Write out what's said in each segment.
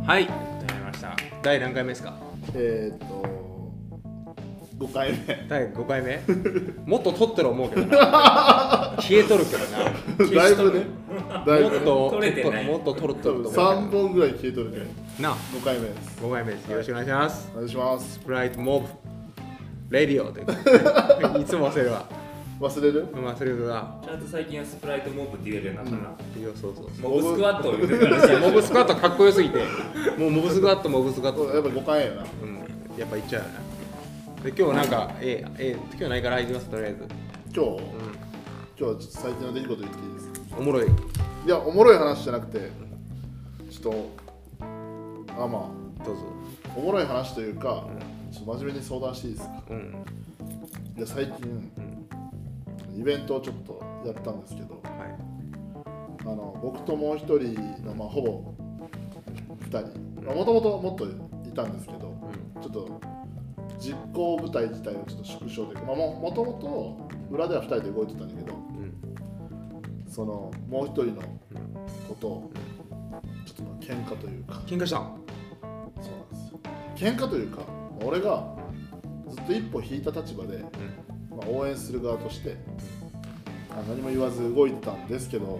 はい、始まりました。第何回目ですか 5回目。 第5回目もっと撮ってる思うけどな消えとるけどなだいぶね、だいぶね、 も撮れてないっと撮ると思う 3本ぐらい消えとるけどな。 5回目です。 5回目です。よろしくお願いします。 お願いします。 スプライトモブレディオといういつも忘れるわ。 忘れる忘れるわ。 ちゃんと最近はスプライトモブって言えるようになったな。 そうモブスクワットを言ってたらしい。 モブスクワットかっこよすぎて、もうモブスクワットやっぱ 5回やな。 やっぱいっちゃうよな。で今日なんか今日何から入りますとりあえず。 今日はちょっと最近の出来事言っていいですか。 おもろい。 いや、おもろい話じゃなくて、ちょっとまあどうぞ。 おもろい話というか、ちょっと真面目に相談していいですか。いや、最近イベントをちょっとやったんですけど、僕ともう一人の、ほぼ2人、もともともっといたんですけど、ちょっと実行部隊自体をちょっと縮小で、もともと裏では2人で動いてたんだけど、そのもう一人のことをちょっと喧嘩というか、 喧嘩した。 そうなんですよ。喧嘩というか、俺がずっと一歩引いた立場で、応援する側として何も言わず動いてたんですけど、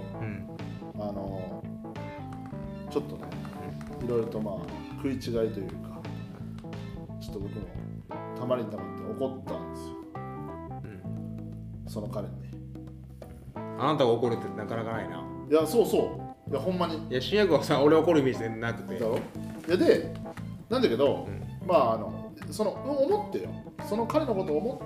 ちょっとね、いろいろと食い違いというか、ちょっと僕もたまりにたまって怒ったんですよ、その彼に。 あなたが怒るってなかなかないな。 いや、そうそう、いや、ほんまに。 いや、新薬はさ、俺怒るイメージなくて。 だろ。いや、で、なんだけど、その思ってよ、その彼のことを思って、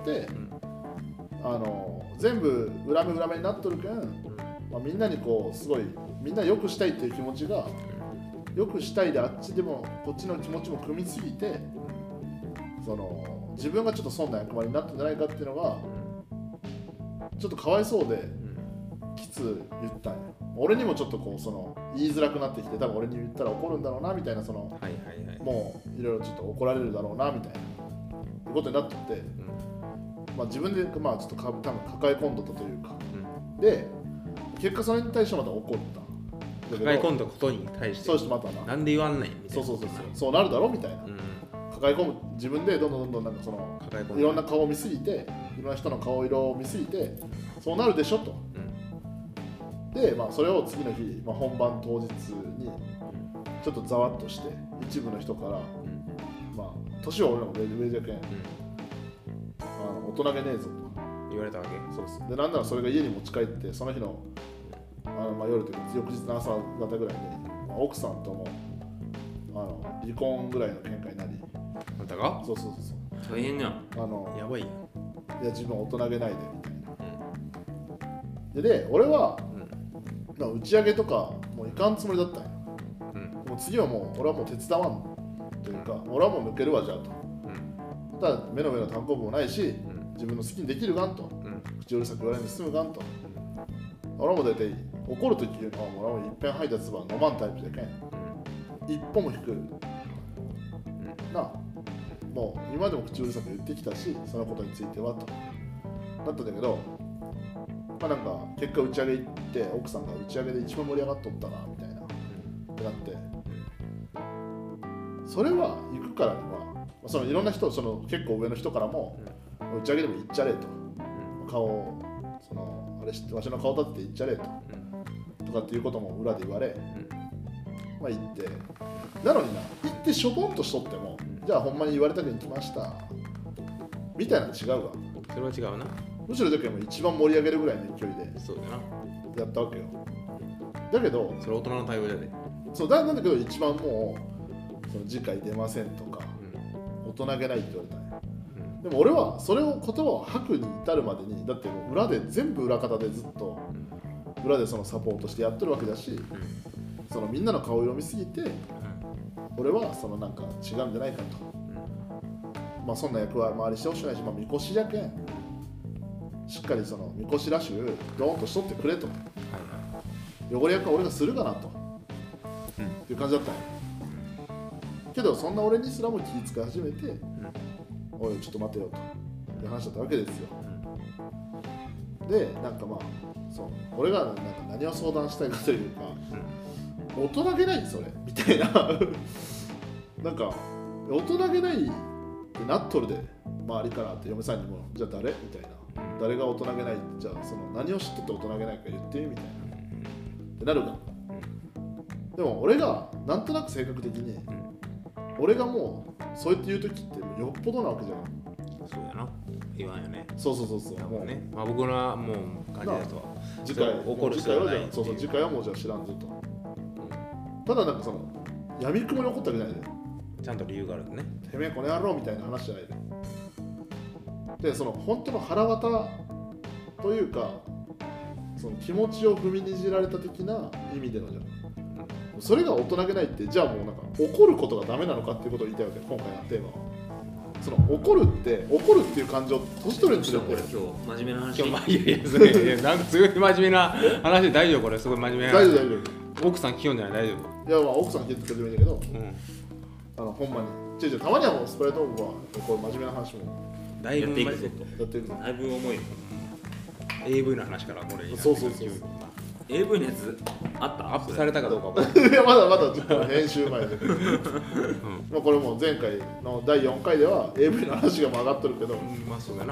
全部裏目裏目になっとるけん、みんなにこうすごいみんな良くしたいっていう気持ちが良くしたいで、あっちでもこっちの気持ちも組みすぎて、その自分がちょっと損な役割になったんじゃないかっていうのがちょっとかわいそうで、きつ言ったんよ。俺にもちょっとこうその言いづらくなってきて、多分俺に言ったら怒るんだろうなみたいな、その、もういろいろちょっと怒られるだろうなみたいなことになってて、自分でちょっと多分抱え込んどったというか、で結果それに対してまた怒った。 抱え込んだことに対して、 そうしてまたなんで言わんないみたいな。 そうなるだろみたいな、抱え込む、自分でどんどんなんかそのいろんな顔を見すぎて、いろんな人の顔色を見すぎてそうなるでしょと、で、それを次の日、本番当日にちょっとざわっとして、一部の人から、年は俺らも上じゃけん、大人げねえぞと言われたわけ。 そうです。で、なんならそれが家に持ち帰って、その日の夜というか翌日の朝方ぐらいに、奥さんとも離婚ぐらいの喧嘩になり。 あんたが？ そう大変やん。 やばいよ。 いや、自分大人げないでみたいな。で、俺は、打ち上げとかもう行かんつもりだったんよ。もう次はもう俺はもう手伝わんというか、俺はもう抜けるわじゃあと。ただ目の単行部もないし、自分の好きにできるがんと、口うるさく言われんで済むがんと。俺はもう大体怒るときいうのは、俺はもう一遍吐いた唾飲まんタイプでけん、一歩も引くな。もう今でも口うるさく言ってきたし、そのことについてはとなったんだけど、なんか結果打ち上げ行って、奥さんが打ち上げで一番盛り上がっとったなみたいなってなって、それは行くからには、そのいろんな人、その結構上の人からも、打ち上げでも行っちゃれと、顔そのあれわしの顔立てて行っちゃれと、とかっていうことも裏で言われ、行って、なのにな、行ってしょぼんとしとっても、じゃあほんまに言われたくに来ましたみたいなの違うわ。 それは違うな。 むしろだけど一番盛り上げるぐらいの勢いでそうだな。 やったわけよ。だけどそれ大人の対応じゃね。 そうなんだけど、一番もうその次回出ませんとか、大人げないって言われたね。でも俺はそれを言葉を吐くに至るまでに、だってもう裏で全部裏方でずっと裏でそのサポートしてやってるわけだし、そのみんなの顔色を見すぎて、俺はそのなんか違うんじゃないかと、そんな役は周りしてほしくないし、みこしじゃけんしっかりそのみこしラッシュドーンとしとってくれと、汚れ役は俺がするかなと、っていう感じだったんよ。けどそんな俺にすらも気遣い始めて、おいちょっと待てよという話だったわけですよ。で、なんかそう俺がなんか何を相談したいかというか、 大人げないそれみたいななんか大人げないってなっとるで周りからって嫁さんにもじゃあ誰みたいな誰が大人げないじゃあその何を知ってて大人げないか言ってみたいなってなるがでも俺がなんとなく性格的に俺がもうそうやって言う時ってよっぽどなわけじゃんそうやな言わんよねそうもうねまあ僕のもう感じだと次回怒る必要はないそう次回はもうじゃあ知らんぞと、ただなんかその闇雲に怒ったわけじゃないでちゃんと理由があるんねてめえこの野郎みたいな話じゃないでその本当の腹渡というかその気持ちを踏みにじられた的な意味でのじゃん、それが大人げないってじゃあもうなんか怒ることがダメなのかっていうことを言いたいわけ今回のテーマはその怒るっていう感情年取るにつれてこれ今日真面目な話今日いやなんかすごい真面目な話で大丈夫これすごい真面目な大丈夫奥さん聞きよんじゃない大丈夫いやまあ奥さん聞いてくれてもいいんだけど、ほんまに違うたまにはもうスプライトオブはこういう真面目な話もだいぶやっていくぞやっていくのだいぶ重い AV の話からこれにそう AV のやつあったアップされたかどうかわかんないいやまだちょっと編集前で、まあこれも前回の第4回では AV の話がもう上がっとるけど、 まあそうだな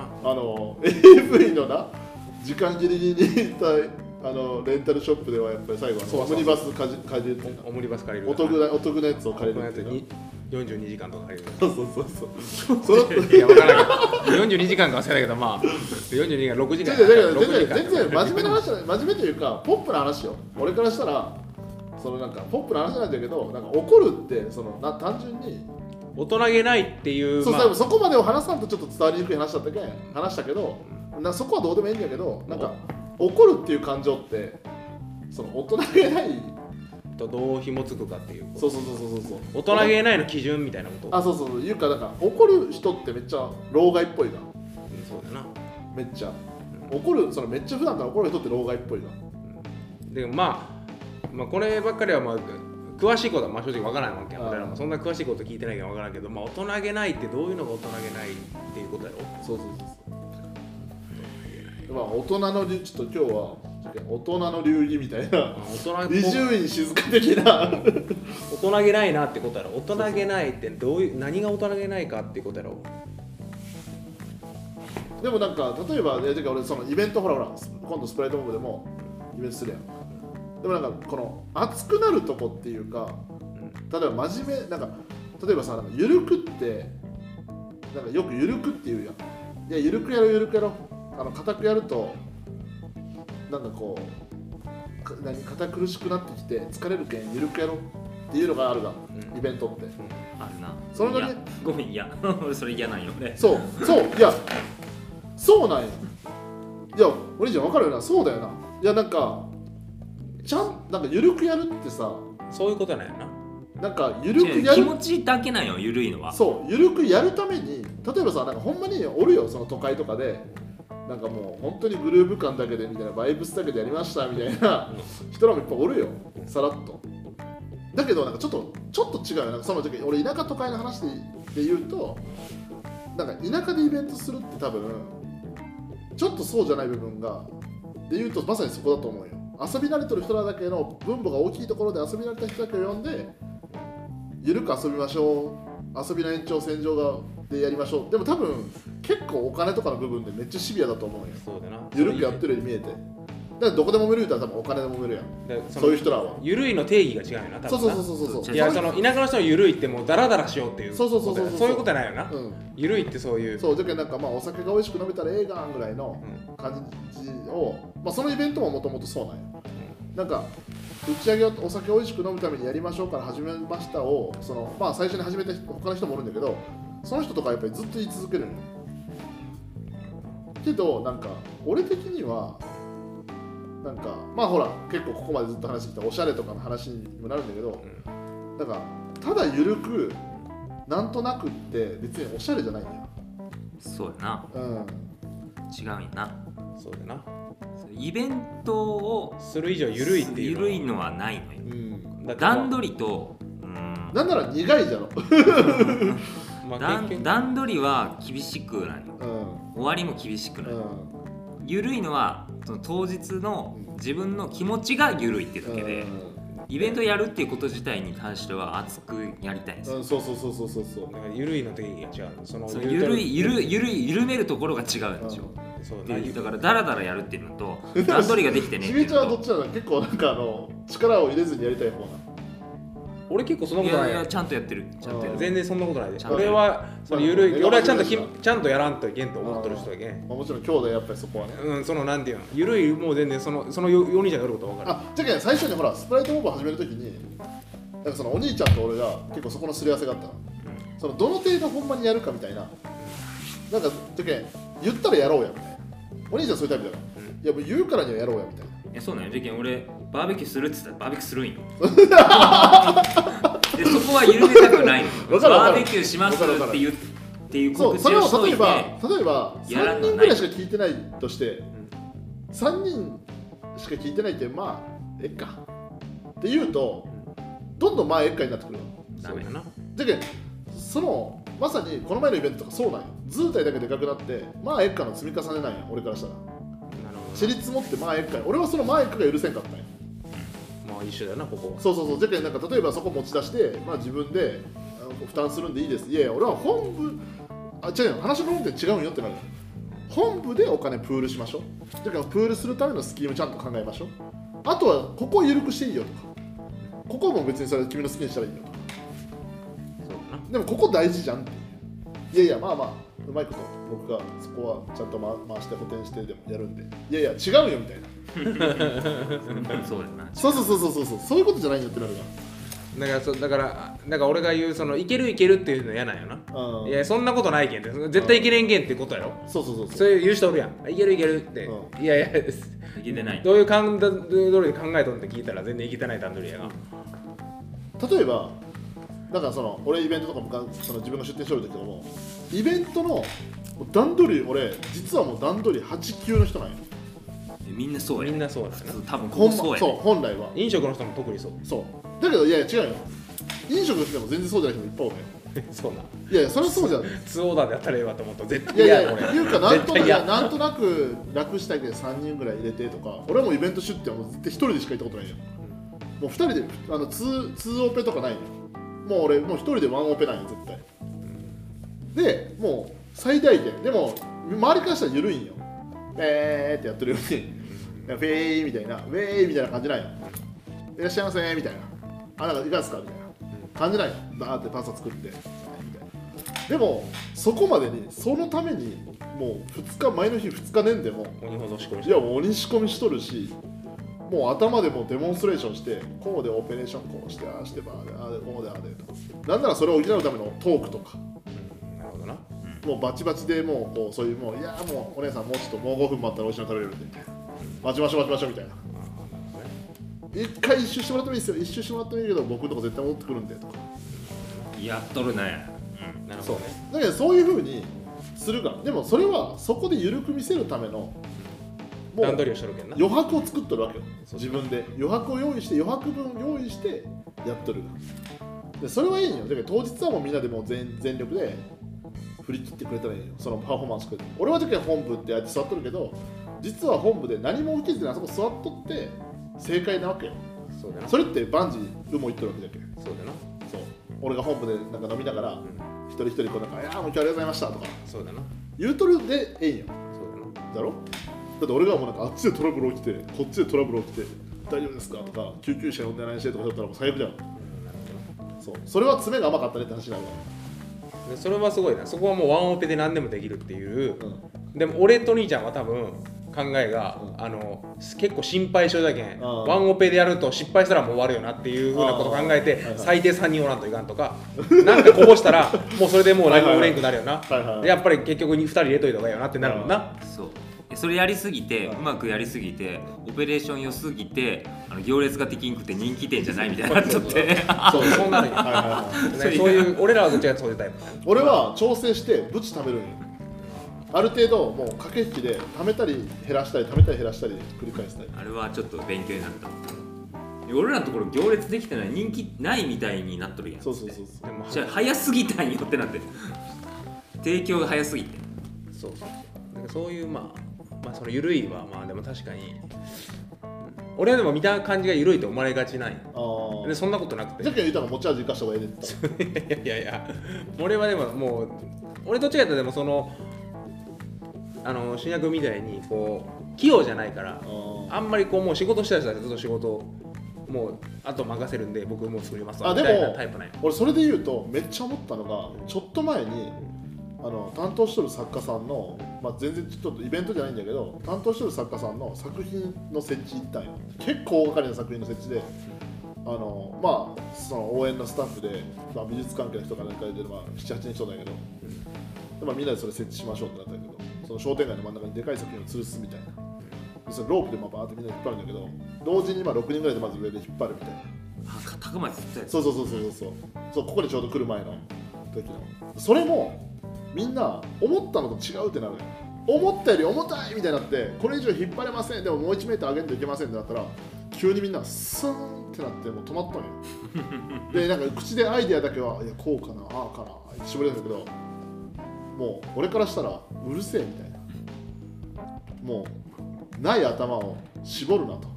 AV のな時間ギリギリに行ったレンタルショップではやっぱり最後オムニバス借りるっていうかオムニバス借りるお得なやつを借りるっていうか 42時間とか借りるそういや分からないけど42時間か忘れたけどまあ42時間6時間全然真面目な話じゃない真面目というかポップな話よ俺からしたらそのなんかポップな話なんだけどなんか怒るってその単純に大人げないっていうそこまでを話さんとちょっと伝わりにくい話だったけん話したけどそこはどうでもいいんだけどなんか怒るっていう感情ってその大人げないとどう紐つくかっていうそう大人げないの基準みたいなことそういうかだから怒る人ってめっちゃ老害っぽいがそうだなめっちゃ怒るそのめっちゃ普段から怒る人って老害っぽいがでもまあこればっかりはまあ詳しいことはまあ正直わからないわけや俺らもそんな詳しいこと聞いてないからわからんけどまあ大人げないってどういうのが大人げないっていうことやろそうまあ大人のちょっと今日は大人の流儀みたいな伊集院静香的な大人げないなってことやろ大人げないってどういう何が大人げないかっていうことやろでもなんか例えば俺そのイベントほら今度スプライトモブでもイベントするやんでもなんかこの熱くなるとこっていうか例えば真面目なんか例えばさゆるくってなんかよくゆるくって言うやんいやゆるくやろ固くやるとなんかこう堅苦しくなってきて疲れるけんゆるくやろっていうのがあるが、イベントって、 あるなそれがねごめんいや俺それ嫌なんよねそういやそうなんよいやお兄ちゃん分かるよなそうだよないやなんかなんかゆるくやるってさそういうことなんやななんかゆるくやる気持ちだけなんよゆるいのはそうゆるくやるために例えばさなんかほんまにおるよその都会とかでなんかもう本当にグルーヴ感だけでみたいなバイブスだけでやりましたみたいな人らもいっぱいおるよさらっとだけどなんかちょっと違うよなんかその時俺田舎都会の話で言うとなんか田舎でイベントするって多分ちょっとそうじゃない部分がで言うとまさにそこだと思うよ遊び慣れてる人らだけの分母が大きいところで遊び慣れた人だけを呼んでゆるく遊びましょう遊びの延長線上でやりましょうでも多分結構お金とかの部分でめっちゃシビアだと思うよそうだなゆるくやってるように見えてだからどこでもめる言うたら多分お金でもめるやんそういう人らはゆるいの定義が違うよな多分なそういやその田舎の人のゆるいってもうダラダラしようっていうそういうことないよな、ゆるいってそういうそうだけどなんかまあお酒が美味しく飲めたらええがんぐらいの感じを、まあそのイベントももともとそうなんよ、なんか打ち上げをお酒を美味しく飲むためにやりましょうから始めましたをそのまあ最初に始めた他の人もおるんだけどその人とかやっぱりずっと言い続けるのよけどなんか俺的にはなんかまあほら結構ここまでずっと話してきたおしゃれとかの話にもなるんだけど、なんかただゆるくなんとなくって別におしゃれじゃないんだよそうやな、違うんやなそうだなイベントをする以上ゆるいっていうゆるいのはないのよ、 だ段取りとなんなら苦いじゃろ段取りは厳しくないよ、終わりも厳しくない、ゆるいのはその当日の自分の気持ちがゆるいってだけで、 イベントやるっていうこと自体に関しては熱くやりたいんですよ。 そうそうだから緩いの定義が違う。その緩めるところが違うんですよ。だからダラダラやるっていうのと段取りができてねっていうのと。 しげちゃんはどっちなの？結構なんか力を入れずにやりたい方な。 俺結構そんなことない。 いやちゃんとやってる。 全然そんなことないで。俺はその緩い。俺はちゃんとやらんといけんと思ってる人だけん。 もちろん兄弟やっぱりそこはね。 そのなんていうの、緩いもう全然その4人じゃやること分かる。 じゃけん最初にほらスプライトモブ始めるときになんかそのお兄ちゃんと俺が結構そこのすり合わせがあったの。そのどの程度ほんまにやるかみたいな。なんかじゃけん言ったらやろうやみたいな。お兄ちゃんそういうタイプだから。いやもう言うからにはやろうやみたいな。 そうなんよ。じゃけん俺バーベキューするって言ったらバーベキューするんよ。でそこは緩めたくないの。バーベキューしますっていう告知をしといて。 例えば3人ぐらいしか聞いてないとして3人しか聞いてないってまあえっかって言うとどんどんまあえっかになってくるの。 ダメだな。 じゃけんまさにこの前のイベントとかそうなんよ。図体だけでかくなってまあえっかの積み重ねなんや俺からしたら。ちり積もってまあえっか。俺はそのまあえっかが許せんかったんや。 まあ一緒だよなここ。 そうじゃけんなんか例えばそこ持ち出してまあ自分で負担するんでいいです。いやいや俺は本部違うよ話の論点違うんよってなる。本部でお金プールしましょう。だからプールするためのスキームちゃんと考えましょう。あとはここを緩くしていいよとかここも別にそれ君の好きにしたらいいよとか。でもここ大事じゃんって。いやいやまあまあうまいこと僕がそこはちゃんと回して補填してでもやるんでいやいや違うよみたいな。 そうだな。 そういうことじゃないよってなるだから俺が言うそのいけるっていうの嫌なんよな。いやそんなことないけんって絶対いけれんけんってことやろ。そういう言う人おるやん。いけるって。いやいけてない。 どういう段取りで考えとんって聞いたら全然いけてない段取りやが。 例えばだから俺イベントとかも自分が出店しとる時とかもイベントの段取り俺実はもう段取り8、9の人なんよ。 みんなそうや。 みんなそうだな。 多分ここそうや。 そう本来は。 飲食の人も特にそう。 そうだけどいや違うよ。飲食の人でも全然そうじゃない人もいっぱいおるよ。 そうな。 いやそれはそうじゃん。 ツオーダーでやったらええわと思った絶対いやいうかなんとなく楽したいけど3人ぐらい入れてとか。俺はもうイベント出店はもう絶対1人でしか行ったことないよ。もう2人で2オペとかないのよ。もう俺もう1人で1オペないよ絶対。でもう最大限でも周りからしたら緩いんよ。ってやってるようにフェーイみたいなウェーイみたいな感じないよ。いらっしゃいませみたいな。なんかいかがですかみたいな感じないよ。バーってパスタ作ってみたいな。でもそこまでにそのためにもう2日前の日2日年でも鬼ほど仕込みいやもう鬼仕込みしとるしもう頭でもうデモンストレーションしてこうでオペレーションこうしてああしてバーでああでこうでああでとなんならそれを補うためのトークとか。 なるほどな。 もうバチバチでもうこうそういうもういやもうお姉さんもうちょっともう5分待ったらおいしいの食べれるんでみたいな待ちましょうみたいな。一回一周してもらってもいいですよ。一周してもらってもいいけど僕のとこ絶対戻ってくるんでとかやっとるね。 なるほどね。 だけどそういう風にするがでもそれはそこで緩く見せるためのもう段取りをしとるけんな。 余白を作っとるわけよ。自分で余白を用意して余白分用意してやっとるがでそれはいいんよ。だけど当日はもうみんなでもう全力で振り切ってくれたらいいよ。そのパフォーマンスくれて俺はじゃけん本部ってやって座っとるけど実は本部で何も受けずにあそこ座っとって正解なわけよ。 そうだな。 それって万事有も言っとるわけだけどそうだな。 そう俺が本部でなんか飲みながら、一人一人こうなんか「いやもう今日ありがとうございました」とかそうだな。 言うとるでええんよ。 そうだな。 だろ。だって俺がもうなんかあっちでトラブル起きてこっちでトラブル起きて大丈夫ですかとか救急車呼んでないしてとかだったらもう最悪じゃん。そうそれは詰めが甘かったねって話になるわ。 でそれはすごいな。そこはもうワンオペで何でもできるっていう、でも俺と兄ちゃんは多分考えが、結構心配性だけん、ワンオペでやると失敗したらもう終わるよなっていうふうなことを考えて、最低3人おらんといかんとかなんかこぼしたらもうそれでもう何も売れんくなるよな。やっぱり結局2人入れといた方がいいよなってなるもんな。 そうそれやりすぎてうまくやりすぎてオペレーション良すぎて行列ができんくて人気店じゃないみたいになっちゃってそうなるよ。そういう俺らはどっちかそういうタイプ。 俺は調整してブチ食べるんよ。ある程度もう駆け引きで貯めたり減らしたり貯めたり減らしたり繰り返したり。 あれはちょっと勉強になった。俺らのところ行列できてない人気ないみたいになっとるやん。 そうじゃあ早すぎたんよってなって提供が早すぎて。 そういうまあその緩いはまあでも確かに、 俺はでも見た感じが緩いと思われがちなんや。 あでそんなことなくて。 じゃあ言うたら持ち味生かした方がええでっていやいや俺はでももう俺どっちかっていうとでもその新薬みたいにこう器用じゃないからあんまりこうもう仕事したりしたらずっと仕事もうあと任せるんで僕もう作りますみたいなタイプなんや。 俺それで言うとめっちゃ思ったのがちょっと前に担当しとる作家さんの、全然ちょっとイベントじゃないんだけど担当しとる作家さんの作品の設置行ったんよ。結構大掛かりな作品の設置でその応援のスタッフで、美術関係の人が何かで、7、8人人だけど、でみんなでそれ設置しましょうってなったんだけどその商店街の真ん中にでかい作品を吊るすみたいなでそのロープでバーってみんな引っ張るんだけど同時に6人ぐらいでまず上で引っ張るみたいな高まで釣ったやつ。 そうここにちょうど来る前の時のそれもみんな思ったのと違うってなるのよ。思ったより重たいみたいになってこれ以上引っ張れませんでももう1メートル上げんといけませんってなったら急にみんなスーンってなってもう止まったのよでなんか口でアイデアだけはいやこうかなああかなって絞れるんだけどもう俺からしたらうるせえみたいなもうない頭を絞るなと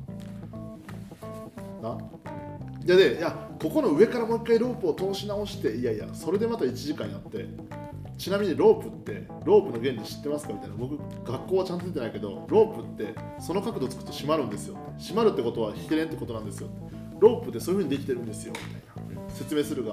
いやここの上からもう一回ロープを通し直していやそれでまた1時間やってちなみにロープの原理知ってますかみたいな僕学校はちゃんと出てないけどロープってその角度つくと締まるんですよ締まるってことは引けれんってことなんですよロープってそういう風にできてるんですよみたいな説明するが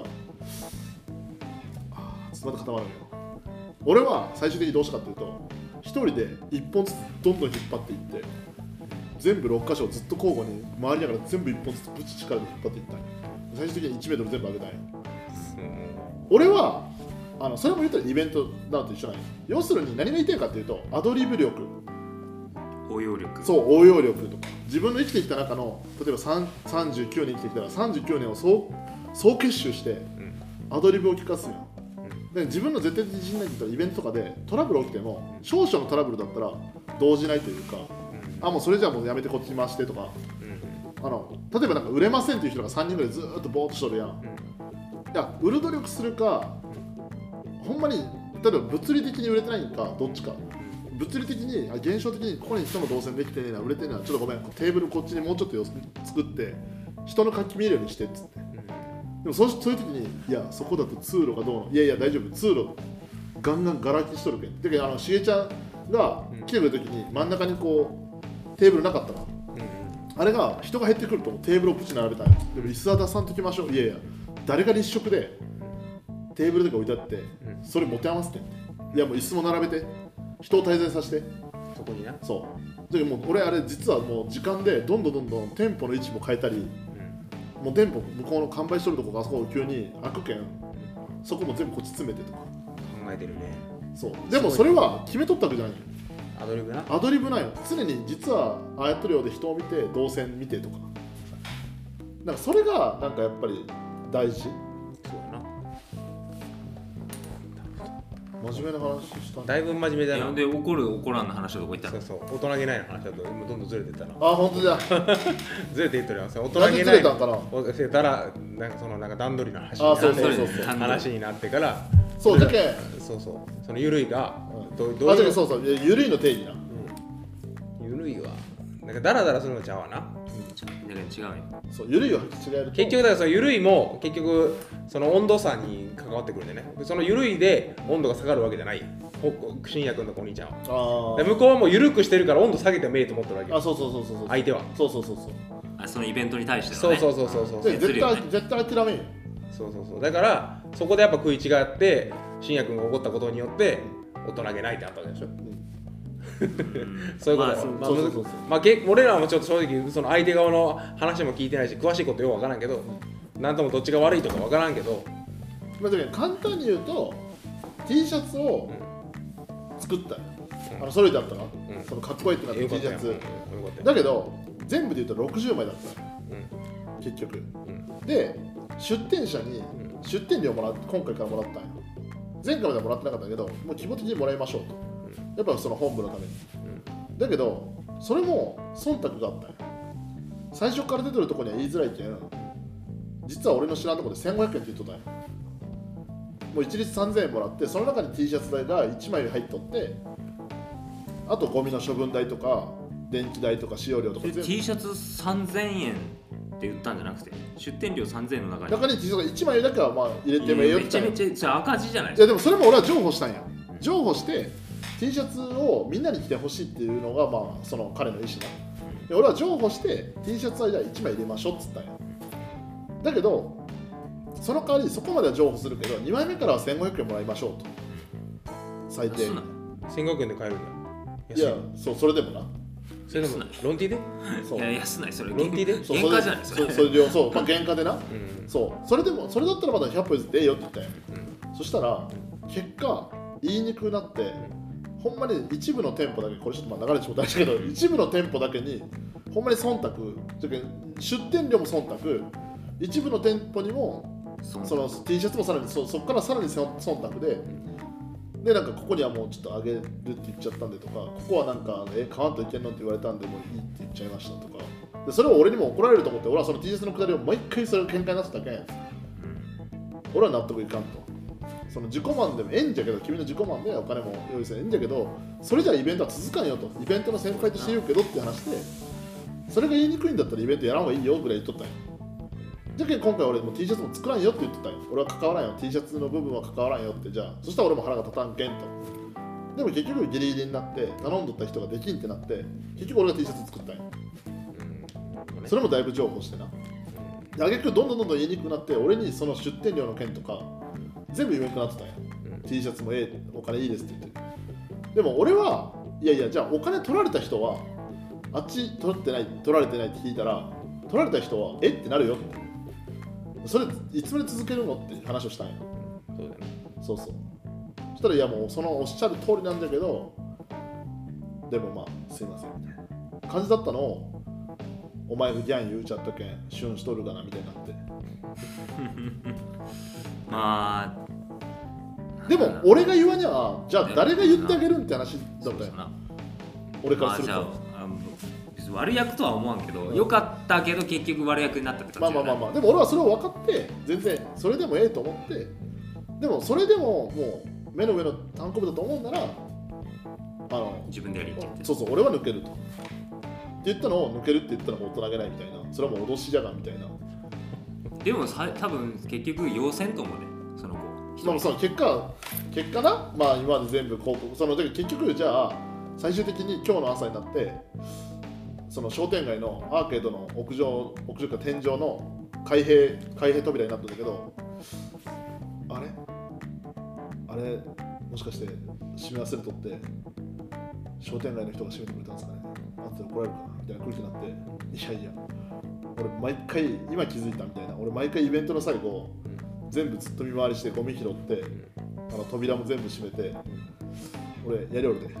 また固まるのよ。俺は最終的にどうしたかっていうと一人で1本ずつどんどん引っ張っていって全部6箇所をずっと交互に回りながら全部1本ずつぶち力で引っ張っていった最終的に1メートル全部上げたい。俺はそれも言ったらイベントなのと一緒なんよ。要するに何が言いたいかっていうとアドリブ力応用力応用力とか自分の生きてきた中の例えば39年生きてきたら39年を総結集してアドリブを聞かすんよ。で自分の絶対的自信ないって言ったらイベントとかでトラブル起きても少々のトラブルだったら動じないというか、もうそれじゃあもうやめてこっちに回してとか、例えばなんか売れませんっていう人が3人ぐらいずーっとボーっとしとるやん。いや売る努力するかほんまに例えば物理的に売れてないかどっちか物理的に現象的にここに人の動線できてねえな売れてねえなちょっとごめんテーブルこっちにもうちょっと作って人の活気見えるようにしてっつってでもそういう時にいやそこだと通路がどうのいや大丈夫通路ガンガンガラ空きしとるけんだけどしげちゃんが来てくれた時に真ん中にこうテーブルなかったら、あれが人が減ってくるとテーブルをプチ並べたいでも椅子は出さんときましょういや誰が立食でテーブルとか置いてあって、それ持て余すっていやもう椅子も並べて人を滞在させてそこになそうだけどもう俺あれ実はもう時間でどんどん店舗の位置も変えたり、もう店舗向こうの完売しとるとこがあそこ急に開くけんそこも全部こっち詰めてとか考えてるね。 そうでもそれは決めとったわけじゃないよ。 アドリブなアドリブないの。常に実はああやってるようで人を見て動線見てとかなんかそれがなんかやっぱり大事。 そうやな。 真面目な話しただいぶ真面目だな。 で怒る怒らんの話はどこ行ったの？ そう大人げないの話だとどんどんずれてったな。 本当だずれていってるよ。大人何げないずれたんかな。 たらなんか段取りの話そう話になってからそうだけそのゆるいがそうゆるいの定義な。 ゆるいはなんかダラダラするのちゃうわな。 違うよ。 そうゆるいを履き違えると結局だからそのゆるいも結局その温度差に関わってくるんでね。そのゆるいで温度が下がるわけじゃない。信也君のお兄ちゃんは。で向こうはもうゆるくしてるから温度下げてもええと思ってるわけ。 そう相手は。 そうそのイベントに対してのね。 そう。 絶対諦めんよ。 そうだからそこでやっぱ食い違って信也君が怒ったことによって大人げないってあったわけでしょ。そういうこと俺らもちょっと正直その相手側の話も聞いてないし詳しいことよく分からんけど、なんともどっちが悪いとか分からんけど、 簡単に言うと T シャツを作ったよ。それだったらそのかっこいいってなった T シャツだけど全部で言うと60枚だった結局で出店者に出店料もらって今回からもらったんよ。前回まではもらってなかったけどもう規模的にもらいましょうとやっぱその本部のために、だけどそれも忖度があったんよ。最初から出てるところには言いづらいけん実は俺の知らんところで1500円って言っとったんよ。もう一律3000円もらってその中に T シャツ代が1枚入っとってあとゴミの処分代とか電気代とか使用料とか全部 T シャツ3000円って言ったんじゃなくて出店料3000円の中に中に T シャツが1枚だけはまあ入れてもいいよってめちゃめちゃじゃあ赤字じゃないいやでもそれも俺は譲歩したんや譲歩して T シャツをみんなに着てほしいっていうのがまあその彼の意思なで俺は譲歩して T シャツはじゃあ1枚入れましょうっつったんやだけどその代わりそこまでは譲歩するけど2枚目からは1500円もらいましょうと最低 1500円で買えるんだ。 いやそうそれでもなそれでもロンティでいや安ないそれロンティでそう原価じゃないそれそれでそうまあ原価でな、 うんそうそれでもそれだったらまだ100歩譲ってええよって言ったんや、そしたら結果言いにくくなってほんまに一部の店舗だけこれちょっとまあ流れてしまったんですけど一部の店舗だけにほんまに忖度出店料も忖度一部の店舗にもその T シャツもさらにそこからさらに忖度でなんかここにはもうちょっと上げるって言っちゃったんでとかここはなんか買わんといけんのって言われたんでもういいって言っちゃいましたとかでそれを俺にも怒られると思って俺はその T シャツのくだりを毎回それを喧嘩になってたけん俺は納得いかんとその自己満でもええんじゃけど君の自己満でお金も用意せんええんじゃけどそれじゃイベントは続かんよとイベントの先輩として言うけどって話でそれが言いにくいんだったらイベントやらん方がいいよぐらい言っとったんよじゃけん今回俺も T シャツも作らんよって言ってたんよ俺は関わらんよ T シャツの部分は関わらんよってじゃあそしたら俺も腹が立たんけんとでも結局ギリギリになって頼んどった人ができんってなって結局俺が T シャツ作ったんよそれもだいぶ譲歩してなで挙句どんどん言いにくくなって俺にその出店料の件とか全部言えなくなってたんよ、T シャツもお金いいですって言ってでも俺はいやいやじゃあお金取られた人はあっち取られてないって聞いたら取られた人はえってなるよってそれいつまで続けるのって話をしたんよそうだねそうそしたらいやもうそのおっしゃる通りなんだけどでもまあすいませんみたいな感じだったのをお前がギャン言うちゃったけんシュンしとるかなみたいになってまあでも俺が言わにはじゃあ誰が言ってあげるんって話だったよ俺からすると、 まあ、じゃあ別に悪役とは思わんけど、よかったけど結局悪役になったって感じまあでも俺はそれを分かって全然それでもええと思ってでもそれでももう目の上の単行部だと思うなら自分でやりってそう俺は抜けるとって言ったのを抜けるって言ったのが大人げないみたいなそれはもう脅しじゃがみたいなでも多分結局要せんと思うねその子まあその結果なまあ今まで全部広告その結局じゃあ最終的に今日の朝になってその商店街のアーケードの屋上か天井の開閉扉になったんだけどあれもしかして閉め忘れとって商店街の人が閉めてくれたんですかね後で怒られるかなみたいな空気になっていや俺毎回今気づいたみたいな俺毎回イベントの最後全部ずっと見回りしてゴミ拾って扉も全部閉めて俺やりおるで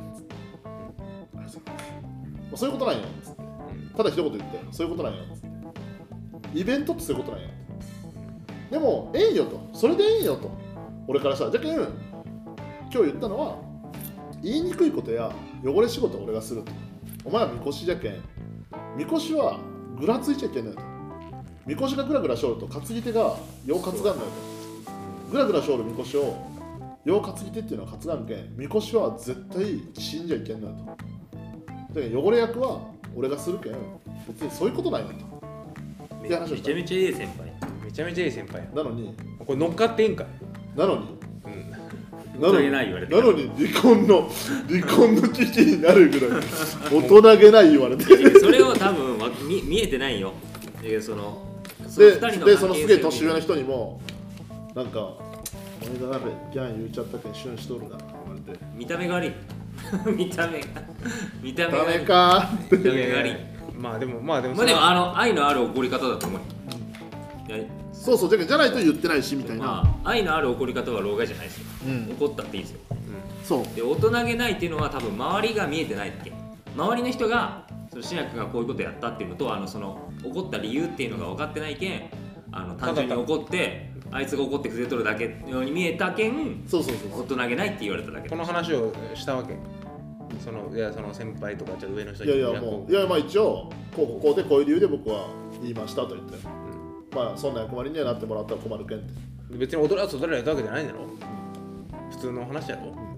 そういうことなんよつってただ一言言ってそういうことなんよつってイベントってそういうことなんよでもええんよとそれでええんよと俺からしたらじゃけん今日言ったのは言いにくいことや汚れ仕事を俺がするとお前はみこしじゃけんみこしはぐらついちゃいけんのよとみこしがぐらぐらしょると担ぎ手がよう担がんのよとぐらぐらしょるみこしをよう担ぎ手っていうのは担がんけんみこしは絶対死んじゃいけんのよとで汚れ役は俺がするけん別にそういうことないよとめちゃめちゃいい先輩めちゃめちゃいい先輩やなのにこれ乗っかっていいんかなのに大人げない言われてなのに離婚の危機になるぐらい大人げない言われてそれを多分見えてないよでそのそのすげえ年上の人にもなんかお前がなんかギャン言うちゃったけんシュンしとるなって言われて見た目が悪い見た目が悪いか見た目が悪いまあでも愛のある怒り方だと思うそうじゃないと言ってないしみたいな、 愛のある怒り方は老害じゃないですよ、怒ったっていいですよ、 そうで大人げないっていうのは多分周りが見えてないだけ周りの人がその新薬がこういうことやったっていうのとその怒った理由っていうのが分かってないけん単純に怒ってあいつが怒ってくれとるだけのように見えたけんそう大人げないって言われただけこの話をしたわけその先輩とかちょっと上の人にいやまあ一応こうでこういう理由で僕は言いましたと言って、まあそんな役割にはなってもらったら困るけんって別に踊られたわけじゃないんだろ普通の話やろ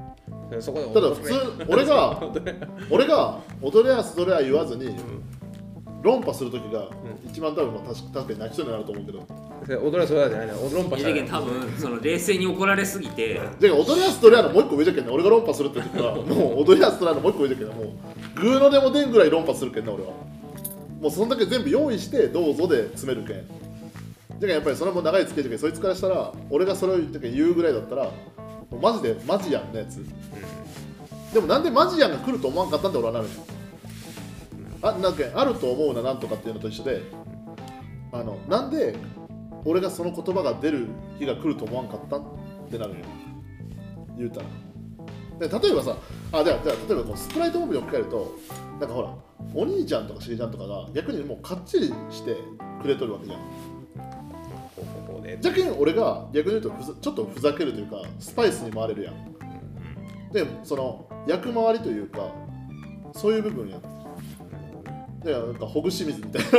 そこでただ普通俺が踊れやすどれや言わずに論破するときが一番多分確かに泣きそうになると思うけど、 踊れやすどれやじゃないな、論破したら多分その冷静に怒られすぎてだから踊れやすどれやのもう一個上じゃけんね。俺が論破するって時はもう踊れやすどれやのもう一個上じゃけんね。もうグーのでも出んぐらい論破するけんね俺は。もうそんだけ全部用意してどうぞで詰めるけん。だからやっぱりそれも長い付き合いじゃけん、そいつからしたら俺がそれを言うぐらいだったらもうマジでマジやんのやつ、でもなんでマジやんが来ると思わんかったんで俺はなるんよ。なんかあると思うななんとかっていうのと一緒で、なんで俺がその言葉が出る日が来ると思わんかったってなるんよ、言うたら。で例えばさ、じゃあ例えばこうスプライトモブに置き換えると、なんかほらお兄ちゃんとかしげちゃんとかが逆にもうかっちりしてくれとるわけじゃん。じゃけん俺が逆に言うとちょっとふざけるというかスパイスに回れるやん。でその役回りというかそういう部分やん。でなんかほぐし水みたいな。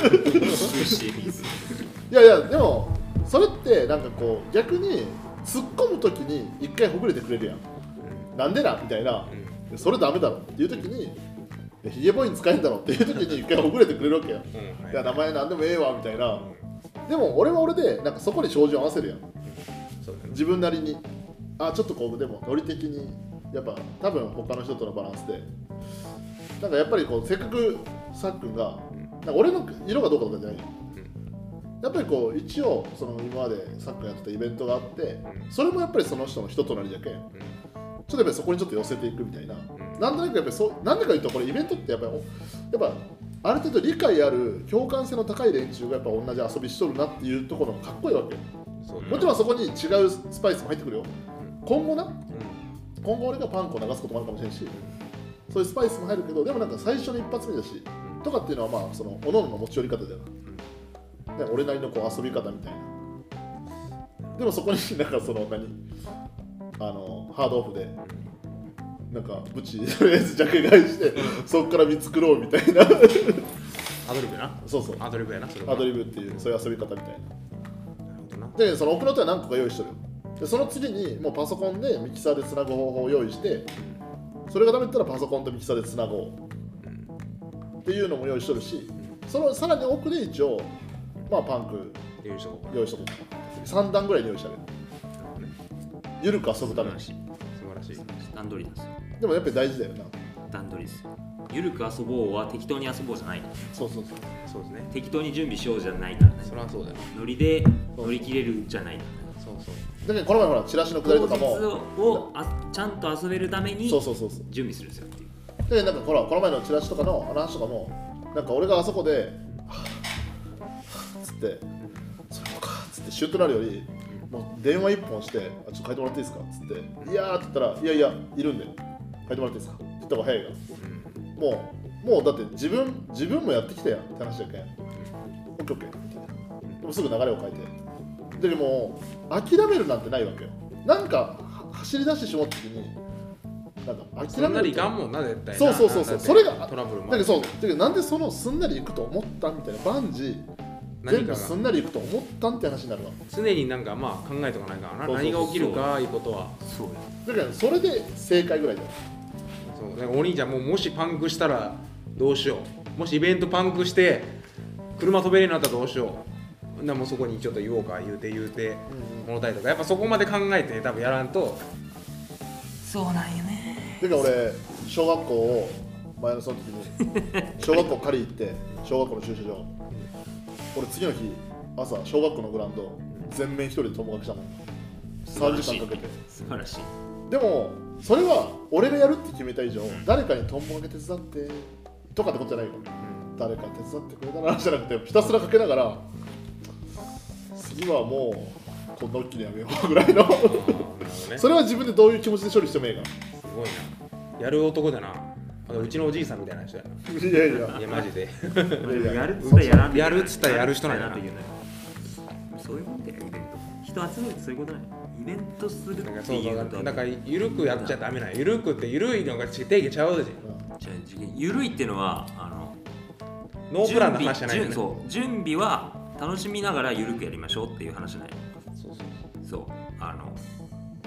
いやでもそれってなんかこう逆に突っ込むときに一回ほぐれてくれるやん。なんでなみたいな、それダメだろっていうときにヒゲボイン使えんだろっていうときに一回ほぐれてくれるわけやん。いや名前なんでもええわみたいな。でも俺は俺でなんかそこに照準合わせるやん。自分なりにちょっとこうでもノリ的にやっぱ多分他の人とのバランスでなんかやっぱりこうせっかくさっくんがなんか俺の色がどうかとかじゃないよ。やっぱりこう一応その今までさっくんやってたイベントがあってそれもやっぱりその人の人となりだけんちょっとやっぱりそこにちょっと寄せていくみたいな。なんとなくやっぱりなんでか言うとこれイベントってやっぱある程度理解ある共感性の高い連中がやっぱ同じ遊びしとるなっていうところがかっこいいわけよ。もちろんそこに違うスパイスも入ってくるよ。今後俺がパン粉を流すこともあるかもしれんし、そういうスパイスも入るけど、でもなんか最初の一発目だしとかっていうのはまあその各々の持ち寄り方だよな、俺なりのこう遊び方みたいな。でもそこになんかそのハードオフでなんかブチとりあえずジャケ買いしてそこから見繕うみたいな。 アドリブな。 そうアドリブやな。 アドリブっていうそういう遊び方みたいな。でその奥の手は何個か用意してるよ。でその次にもうパソコンでミキサーでつなぐ方法を用意して、それがダメだったらパソコンとミキサーでつなごうっていうのも用意しとるし、そのさらに奥で一応まあパンク用意しとこう。3段ぐらいに用意してあげる。ゆるく遊ぶために。 素晴らしい。 段取りです。 でもやっぱり大事だよな。 段取りです。ゆるく遊ぼうは適当に遊ぼうじゃない。 そうですね。適当に準備しようじゃないからね。 それはそうだよ。 ノリで乗り切れるじゃない。 だけどこの前ほらチラシのくだりとかもをちゃんと遊べるために準備するんですよ。 でなんかほらこの前のチラシとかの話とかもなんか俺があそこでつってそれもかつってシュッとなるよりもう電話一本してちょっと書いてもらっていいですかつっていやーって言ったらいやいるんで書いてもらっていいですかって言った方が早いがもうだって自分もやってきたやんって話だけんオッケーみたいな。でもすぐ流れを変えてでも諦めるなんてないわけよ。なんか走り出してしまった時になんか諦める。 すんなりいかんもんな絶対。 そうそれがトラブルも。 だけどそうだけどなんでそのすんなりいくと思ったみたいなバンジー全部すんなりいくと思ったんって話になるわ。 常になんかまあ考えとかないからな。何が起きるかいうことは。 そうだからそれで正解ぐらいだよ。 そうだからお兄ちゃんもしパンクしたらどうしよう。もしイベントパンクして車飛べるようになったらどうしよう。もうそこにちょっと言おうか言うて物体とかやっぱそこまで考えて多分やらんと。 そうなんよね。 だから俺小学校を前のその時に小学校借り行って小学校の駐車場俺次の日朝小学校のグラウンド全面一人で友書きしたもん。3時間かけて。 素晴らしい。 でもそれは俺がやるって決めた以上誰かにトンボがけ手伝ってとかってことじゃないよ。誰か手伝ってくれたらじゃなくてひたすらかけながら次はもうこんな大きいのやめようぐらいのそれは自分でどういう気持ちで処理してもええが。 すごいな。やる男だな。うちのおじいさんみたいな人やな。 いやマジで。 やるっつったらやらん。 やるっつったらやる人なんやな。 そういうもんだよイベント。人集めるってそういうことない。イベントするっていうことだからゆるくやっちゃダメな。ゆるくってゆるいのが定義ちゃうでしょ。 ゆるいっていうのはノープランの話じゃないよね。 準備は楽しみながらゆるくやりましょうっていう話じゃない。そう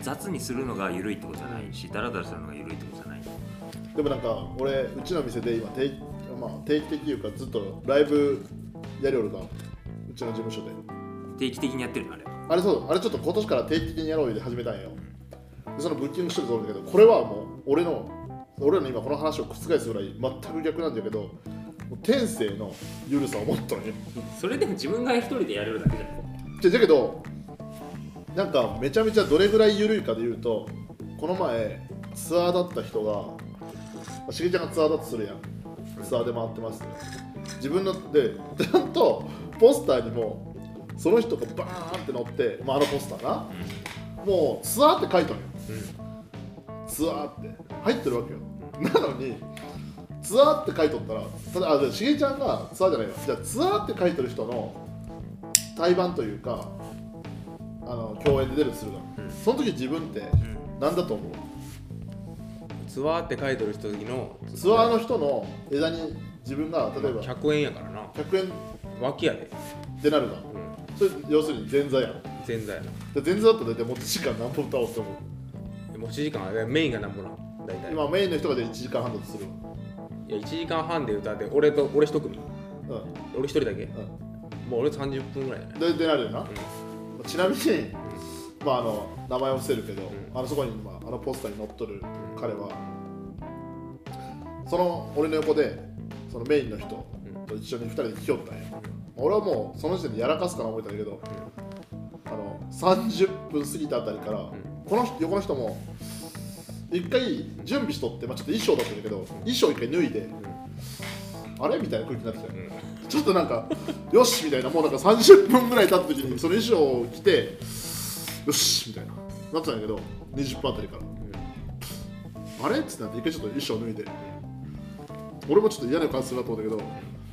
雑にするのが緩いってことじゃないし、ダラダラするのが緩いってことじゃない。 でもなんか俺うちの店で今定期的いうかずっとライブやりおるか、うちの事務所で定期的にやってるのあれちょっと今年から定期的にやろうで始めたんよ。でそのブッキングしてると思うんだけど、これはもう俺の今この話を覆すぐらい全く逆なんだけど、もう天性の緩さを持ったのよ。 それでも自分が一人でやれるだけじゃん。 だけどなんかめちゃめちゃどれぐらい緩いかでいうと、この前ツアーだった人が、しげちゃんがツアーだとするやん、ツアーで回ってます、自分のでちゃんとポスターにもその人がバーンって載って、あのポスターな、もうツアーって書いたのよ、ツアーって入ってるわけよ。なのにツアーって書いとったら、ただしげちゃんがツアーじゃないよ、じゃあツアーって書いてる人の対バンというか共演で出るとするが、その時自分って何だと思う？ ツアーって書いてる人のツアーの人の枝に自分が例えば 100円やからな、 100円脇やでってなるが、それ要するに前座やん。 前座やな。 前座だったら大体持ち時間何本歌おうって思う？ 持ち時間はメインが何本なの大体。 今メインの人がで1時間半だとするわ。 いや1時間半で歌って俺一組、俺一人だけ、もう俺30分ぐらいじゃないでなるよな、ちなみに、名前を伏せるけど、そこに、ポスターに載っとる彼は、その俺の横でそのメインの人と一緒に2人で来よったんや。俺はもうその時点でやらかすかな思ったんだけど、30分過ぎたあたりから、この横の人も一回準備しとって、ちょっと衣装だったんだけど、衣装一回脱いで、あれみたいな空気になってきたよ、ちょっとなんかよしみたいな、もうなんか30分ぐらい経った時にその衣装を着てよしみたいななってたんだけど、20分あたりから、あれっつってなって一回ちょっと衣装脱いで、俺もちょっと嫌な感じするなと思ったけど、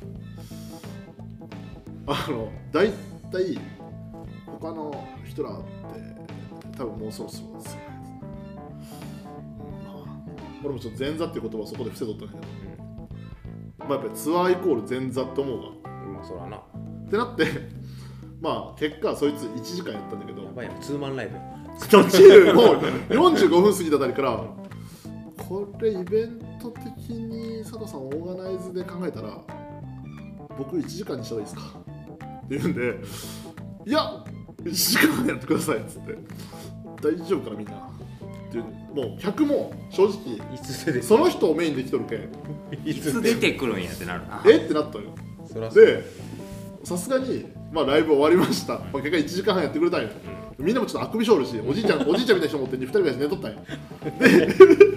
だいたい他の人らって多分もうそろそろですよね。俺もちょっと前座っていう言葉をそこで伏せとったんだけど、やっぱりツアーイコール前座って思うわ。 そらな。 ってなって、結果そいつ1時間やったんだけど、 やばいな、ツーマンライブ。 途中もう45分過ぎたあたりから、これイベント的に佐藤さんオーガナイズで考えたら、僕1時間にした方がいいですかって言うんで、いや1時間やってくださいっつって、大丈夫かなみんなっていう、もう100も正直その人をメインで来とるけん、 いつ出てくるんやってなるな。 ってなったのよ。でさすがにライブ終わりました、結果1時間半やってくれたんよ、みんなもちょっとあくびしょるし、おじいちゃんみたいな人持って2人ぐらい寝とったんよ。で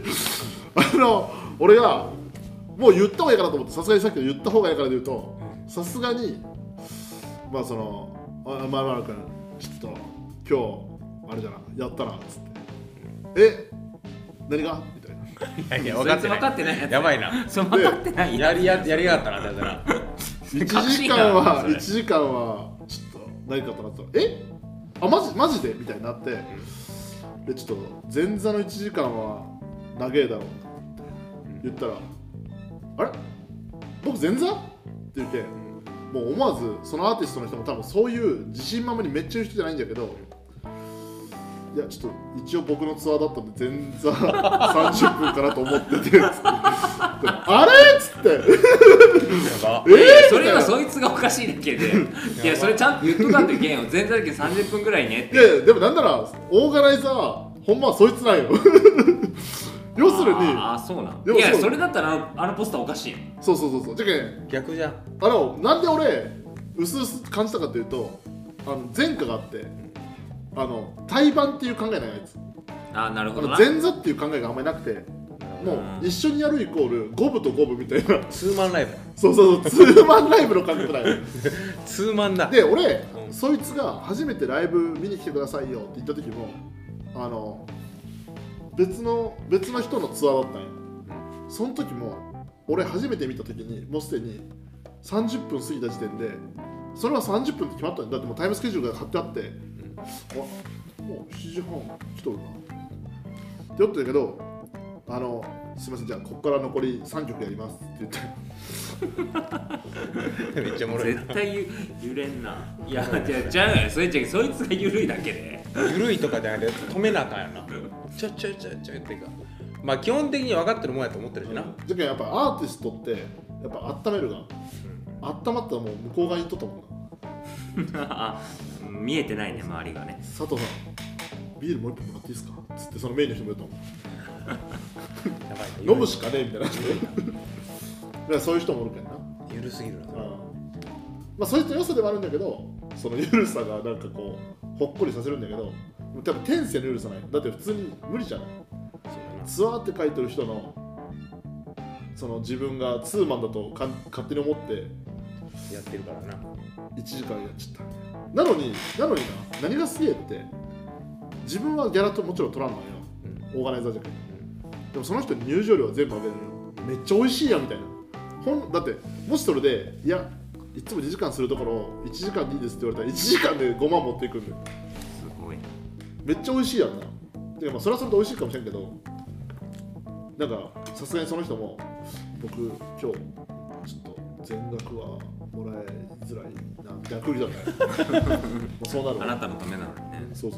俺がもう言った方がいいかなと思って、さすがにさっきの言った方がいいからで言うと、さすがに君ちょっと今日あれじゃなやったなっつって、何がみたいな。 いや分かってないやつやばいな。 分かってないやりやがったな、だから 1時間はちょっと何かとなったら、マジでみたいになって、でちょっと前座の1時間は長えだろうって言ったら、あれ僕前座って言って、もう思わずそのアーティストの人も多分そういう自信満々にめっちゃ言う人じゃないんだけど、いやちょっと一応僕のツアーだったんで前座30分かなと思っててつってあれっつってそれはそいつがおかしいだけで、いやそれちゃんと言っとかんといけんよ、前座だけ30分ぐらいねって。 でもなんならオーガナイザーほんまはそいつなんよ要するにそうなん。いやそれだったらあのポスターおかしいよ。 そうじゃけん逆じゃん。 なんで俺うすうす感じたかというと、前科があって、対バンっていう考えないやつ。 なるほどな。 前座っていう考えがあんまりなくて、もう一緒にやるイコール五分と五分みたいなツーマンライブ。 そうツーマンライブの感覚だよツーマンだ。 で俺、そいつが初めてライブ見に来てくださいよって言った時も別の人のツアーだったんよ。その時も俺初めて見た時にもうすでに30分過ぎた時点で、それは30分って決まったんだって、もうタイムスケジュールが貼ってあって、もう7時半来とるなって言ったんだけど、 すみませんじゃあここから残り3曲やりますって言ってめっちゃおもろいな。 絶対揺れんな。いやじゃあそいつが緩いだけで緩いとかじゃなくて止めなあかんやな。ちょっていうか、まあ基本的に分かってるもんやと思ってるしな。 じゃけんやっぱアーティストってやっぱ温めるが、温まったらもう向こう側にとったもんな。 見えてないね周りがね。 佐藤さんビールもう一本もらっていいですかつってそのメインの人も言うとやばい飲むしかねえみたいなだからそういう人もおるけんな。 ゆるすぎるな。 まあそういった良さでもあるんだけど、そのゆるさがなんかこうほっこりさせるんだけど、多分天性のゆるさない。だって普通に無理じゃない。ツアーって書いてる人のその自分がツーマンだと勝手に思ってやってるからな。 1時間やっちゃった。なのにな何がすげえって自分はギャラともちろん取らんのよ、オーガナイザーじゃけん、でもその人に入場料は全部あげるのよ。めっちゃ美味しいやんみたいな。だってもしそれでいやいつも2時間するところ1時間でいいですって言われたら1時間で5万持っていくんだよ。 すごい。 めっちゃ美味しいやんな。てかまあそれはそれで美味しいかもしれんけど、なんかさすがにその人も僕今日ちょっと全額はもらいづらいなみたいな空気だったよ。もうそうなるわ。 あなたのためなのにね。 そう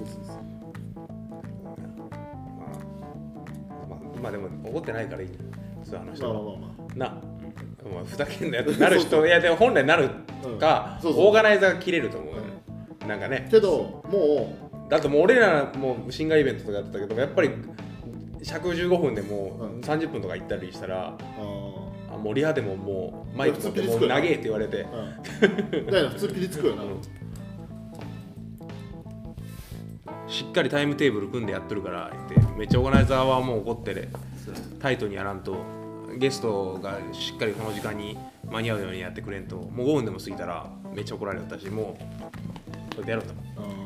まあでも怒ってないからいいね。そうあの人は。 まあな。まあふざけんなよってなる人いやでも本来なるかオーガナイザーが切れると思うよ。なんかね。 けどもうだってもう俺らもうシンガーイベントとかやってたけどやっぱり尺15分でもう30分とか行ったりしたら、もうリハでももうマイク持ってもう長えって言われて、 だよ普通ピリつくよな。 しっかりタイムテーブル組んでやってるからってめっちゃオーガナイザーはもう怒ってる。タイトにやらんとゲストがしっかりこの時間に間に合うようにやってくれんともう5分でも過ぎたらめっちゃ怒られたし、もうこれでやろうと。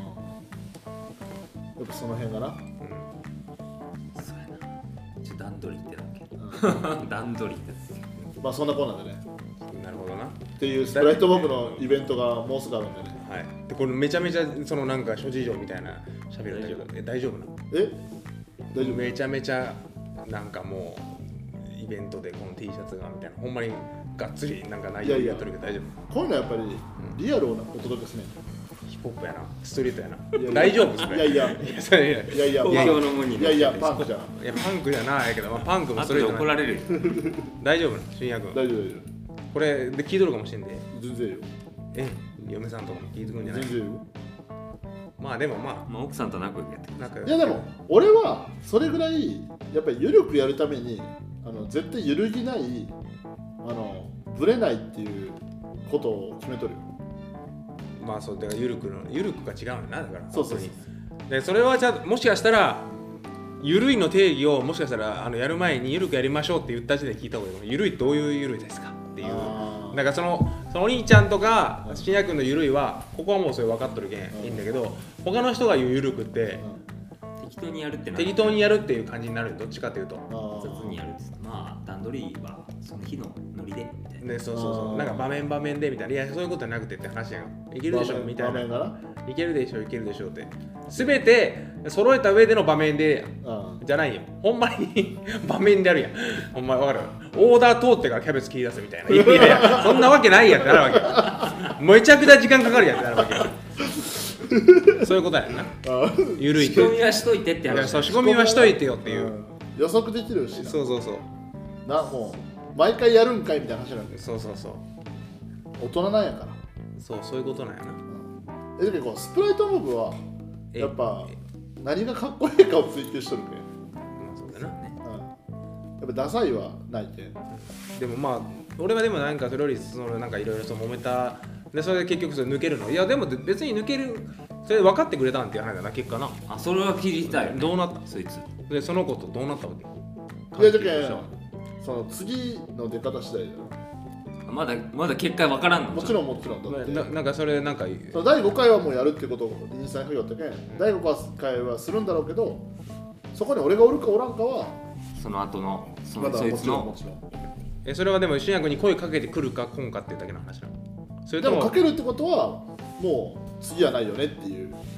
やっぱその辺がな。 そうやな。段取りってだっけ。段取りってだっけ。 まあそんなコーナーでね。 なるほどな。 っていうスプライトボブのイベントがもうすぐあるんでね。 はい。でこれめちゃめちゃそのなんか諸事情みたいな喋るんだけど、大丈夫なの？ 大丈夫？ めちゃめちゃなんかもうイベントでこの T シャツがみたいなほんまにがっつりなんか内容やってるけど大丈夫？ こういうのはやっぱりリアルをお届けすね。 ヒップホップやな、ストリートやな。大丈夫それ？いや公共のもに。 いやパンクじゃん。 いやパンクじゃないけど、まあ、パンクもストリート怒られるよ。 大丈夫なの？新薬。 大丈夫。 これで聞いとるかもしれんで。 全然よ。 嫁さんとかも聞いてくるんじゃない？ 全然よ。 まあでもまあ奥さんと仲良くやってる。いやでも俺はそれぐらいやっぱり緩くやるために絶対揺るぎないぶれないっていうことを決めとるよ。 まあそうだから緩くが違うよな。だからそうでそれはじゃあもしかしたら緩いの定義をもしかしたらやる前に緩くやりましょうって言った時点で聞いた方がいい。緩いどういう緩いですかっていう。だからそのお兄ちゃんとか新也君の緩いはここはもうそれ分かっとるけんいいんだけど、他の人が言う緩くって適当にやるって適当にやるっていう感じになる。どっちかというと雑にやるってまあ段取りはその日のノリでみたいな。 ね、そうなんか場面でみたいな、いやそういうことはなくてって話やん。いけるでしょみたいな。いけるでしょって全て揃えた上での場面でじゃないよ。ほんまに場面であるやん。ほんまに分かる。オーダー通ってからキャベツ切り出すみたいな。いやそんなわけないやんってなるわけ。めちゃくちゃ時間かかるやんってなるわけ。そういうことやんな。ゆるい。 仕込みはしといてって話。 そう仕込みはしといてよっていう。 予測できるし。 そうな、もう毎回やるんかいみたいな話なんだけど。 そう大人なんやから。 そういうことなんやな。 だけどスプライトモブはやっぱ何がかっこいいかを追求しとるけん。 そうだな。 やっぱダサいはないけん。 でもまあ俺はでもなんかそれよりそのなんかいろいろ揉めたでそれで結局それ抜けるの。いやでも別に抜けるそれで分かってくれたんっていう話だな結果な。 あ、それは聞きたいよね。 どうなったそいつでその子とどうなったわけ？ いやだけんその次の出方次第だよ。 まだ結果分からんの？ もちろんだってなんかそれなんかその第5回はもうやるってことをインスタに書いてあったけん、第5回はするんだろうけど、そこに俺がおるかおらんかはその後のそまだのそいつのもちろんそれはでも俊也君に声かけてくるか来んかっていうだけの話なの。それともでもかけるってことはもう次はないよねっていう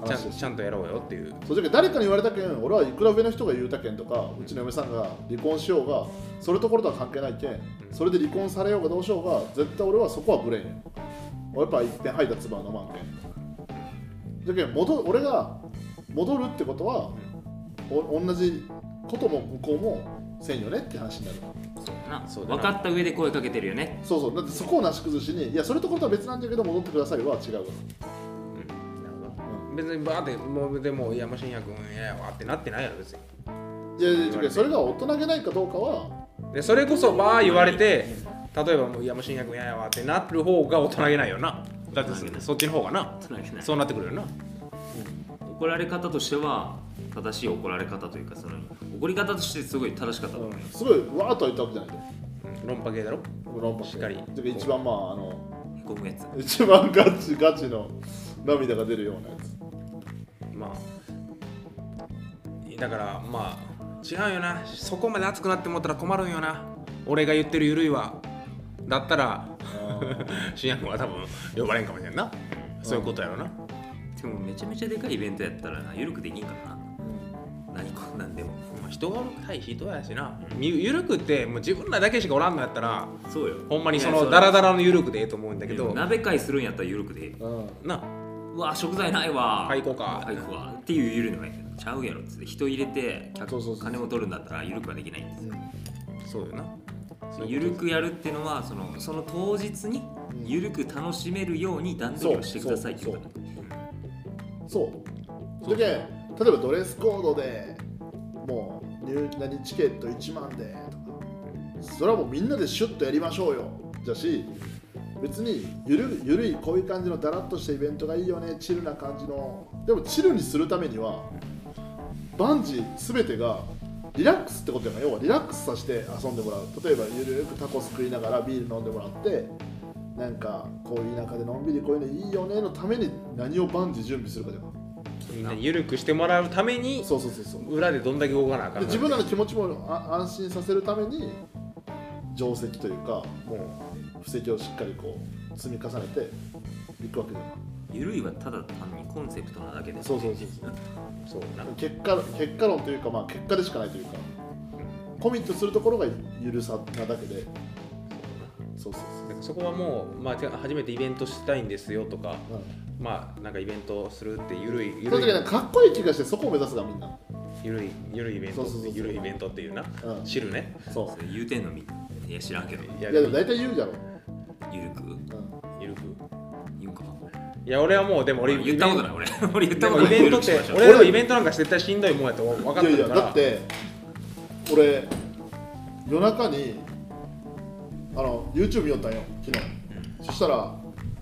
話ちゃんとやろうよっていう。 そうじゃけ誰かに言われたけん、俺はいくら上の人が言うたけんとか、うちの嫁さんが離婚しようがそれところとは関係ないけん、それで離婚されようがどうしようが絶対俺はそこはブレんよ。俺やっぱ一遍吐いた唾は飲まんけん。じゃけん俺が戻るってことは、同じことも向こうもせんよねって話になる。 そう分かった上で声かけてるよね。 そうだってそこをなし崩しに、いやそれところとは別なんだけど戻ってくださいは違うわ。 別にバーってもうでも山新也君やわってなってないやろ別に。 いやそれが大人げないかどうかはでそれこそバー言われて例えばもう山新也君やわってなる方が大人げないよな。だってそっちの方がなそうなってくるよな。 怒られ方としては正しい怒られ方というか、その怒り方としてすごい正しかったと思うよ。 すごいわーっと言ったわけじゃないで、 論破系だろ。 論破しっかり一番へこむやつ、 一番ガチの涙が出るようなやつ。 まあだからまあ違うよな。そこまで熱くなって思ったら困るんよな。俺が言ってるゆるいはだったら新也君は多分呼ばれんかもしれんな。そういうことやろな。 でもめちゃめちゃでかいイベントやったらな、ゆるくできんからな。何こんなんでも、 人がおる対人やしな。ゆるくってもう自分らだけしかおらんのやったら、 そうよ。 ほんまにそのダラダラのゆるくでええと思うんだけど、 鍋会するんやったらゆるくでええ。 な、 うわ食材ないわ。 はい行こうか。 はい行こうかっていうゆるのがいいけど、ちゃうやろっつって人入れて金も取るんだったらゆるくはできないんですよ。 そうよな。 ゆるくやるっていうのはその当日にゆるく楽しめるように段取りをしてくださいっていうこと。 そうだけ例えばドレスコードでもう何チケット1万でとか、それはもうみんなでシュッとやりましょうよじゃし、別にゆるいこういう感じのダラッとしたイベントがいいよね、チルな感じの。でもチルにするためにはバンジー全てがリラックスってことやな。要はリラックスさせて遊んでもらう。例えばゆるくタコス食いながらビール飲んでもらって、なんかこういう田舎でのんびりこういうのいいよねのために何をバンジー準備するかじゃな。 みんなゆるくしてもらうために、 そう裏でどんだけ動かなあかん。 自分らの気持ちも安心させるために定石というかもう布石をしっかりこう積み重ねていくわけじゃない。 ゆるいはただ単にコンセプトなだけで、 そうな結果論というか、まあ結果でしかないというか、コミットするところがゆるさなだけで、 そこはもう、まあ、初めてイベントしたいんですよとか、まあなんかイベントするってゆるいその時かっこいい気がして、そこを目指すがみんなゆるいイベントゆるいイベントっていうな、知るね。 そう言うてんのいや知らんけど、 いやでも大体言うじゃろ。 ゆるく言うか。 いや俺はもうでも俺言ったことない俺言ったことない。 イベントって俺はイベントなんか絶対しんどいもんやと分かってるから。 だって俺夜中にYouTube 見よったんよ昨日、そしたら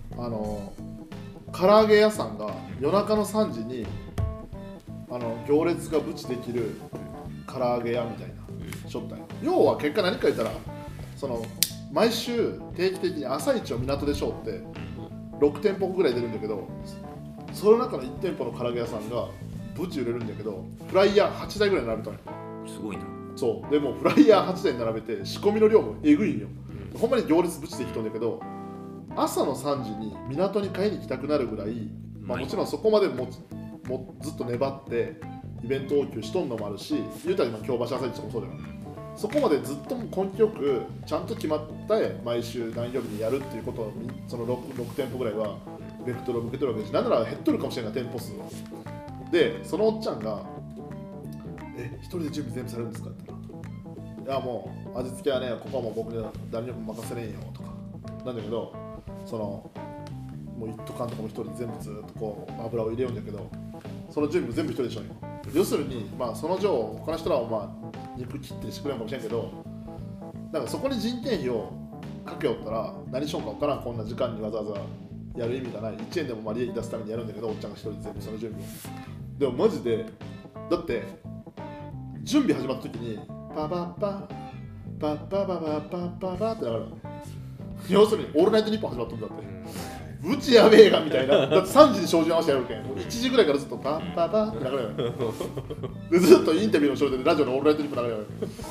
唐揚げ屋さんが夜中の3時に行列がブチできる唐揚げ屋みたいなしょったんよ。要は結果何か言ったら毎週定期的に朝市を港でしょうって6店舗ぐらい出るんだけど、その中の1店舗の唐揚げ屋さんがブチ売れるんだけど、フライヤー8台ぐらい並べたんよ。 すごいな。 そうでもフライヤー8台並べて仕込みの量もえぐいんよ。ほんまに行列ぶちできとんだけど、朝の3時に港に買いに行きたくなるぐらい、まあ、もちろんそこまでもずっと粘ってイベント応急しとんのもあるし、言うたら今京橋朝市とかもそうだよ。そこまでずっと根気よくちゃんと決まって毎週何曜日にやるっていうことをその 6店舗ぐらいはベクトルを向けてるわけです。なんなら減っとるかもしれない店舗数は。でそのおっちゃんが一人で準備全部されるんですかって言ったら、いやもう味付けはねここはもう僕に誰にも任せれんよとかなんだけど、もう一斗缶とかも一人で全部ずっとこう油を入れるんだけど、その準備も全部一人でしょうよ。要するにまあその上他の人らはまあ肉切ってしてくれるかもしれんけど、なんかそこに人件費をかけよったら何しようか分からん。こんな時間にわざわざやる意味がない。1円でもまあ利益出すためにやるんだけど、おっちゃんが一人で全部その準備を。でもマジでだって準備始まった時にパパッパパッパパパッパッパパってなる。要するにオールナイトニッポン始まったんだって。ブチやべえがみたいな。だって3時に照準合わせてやるけん。1時ぐらいからずっとパッパパって流れる。でずっとインタビューのショーでラジオのオールナイトニッポン流れる。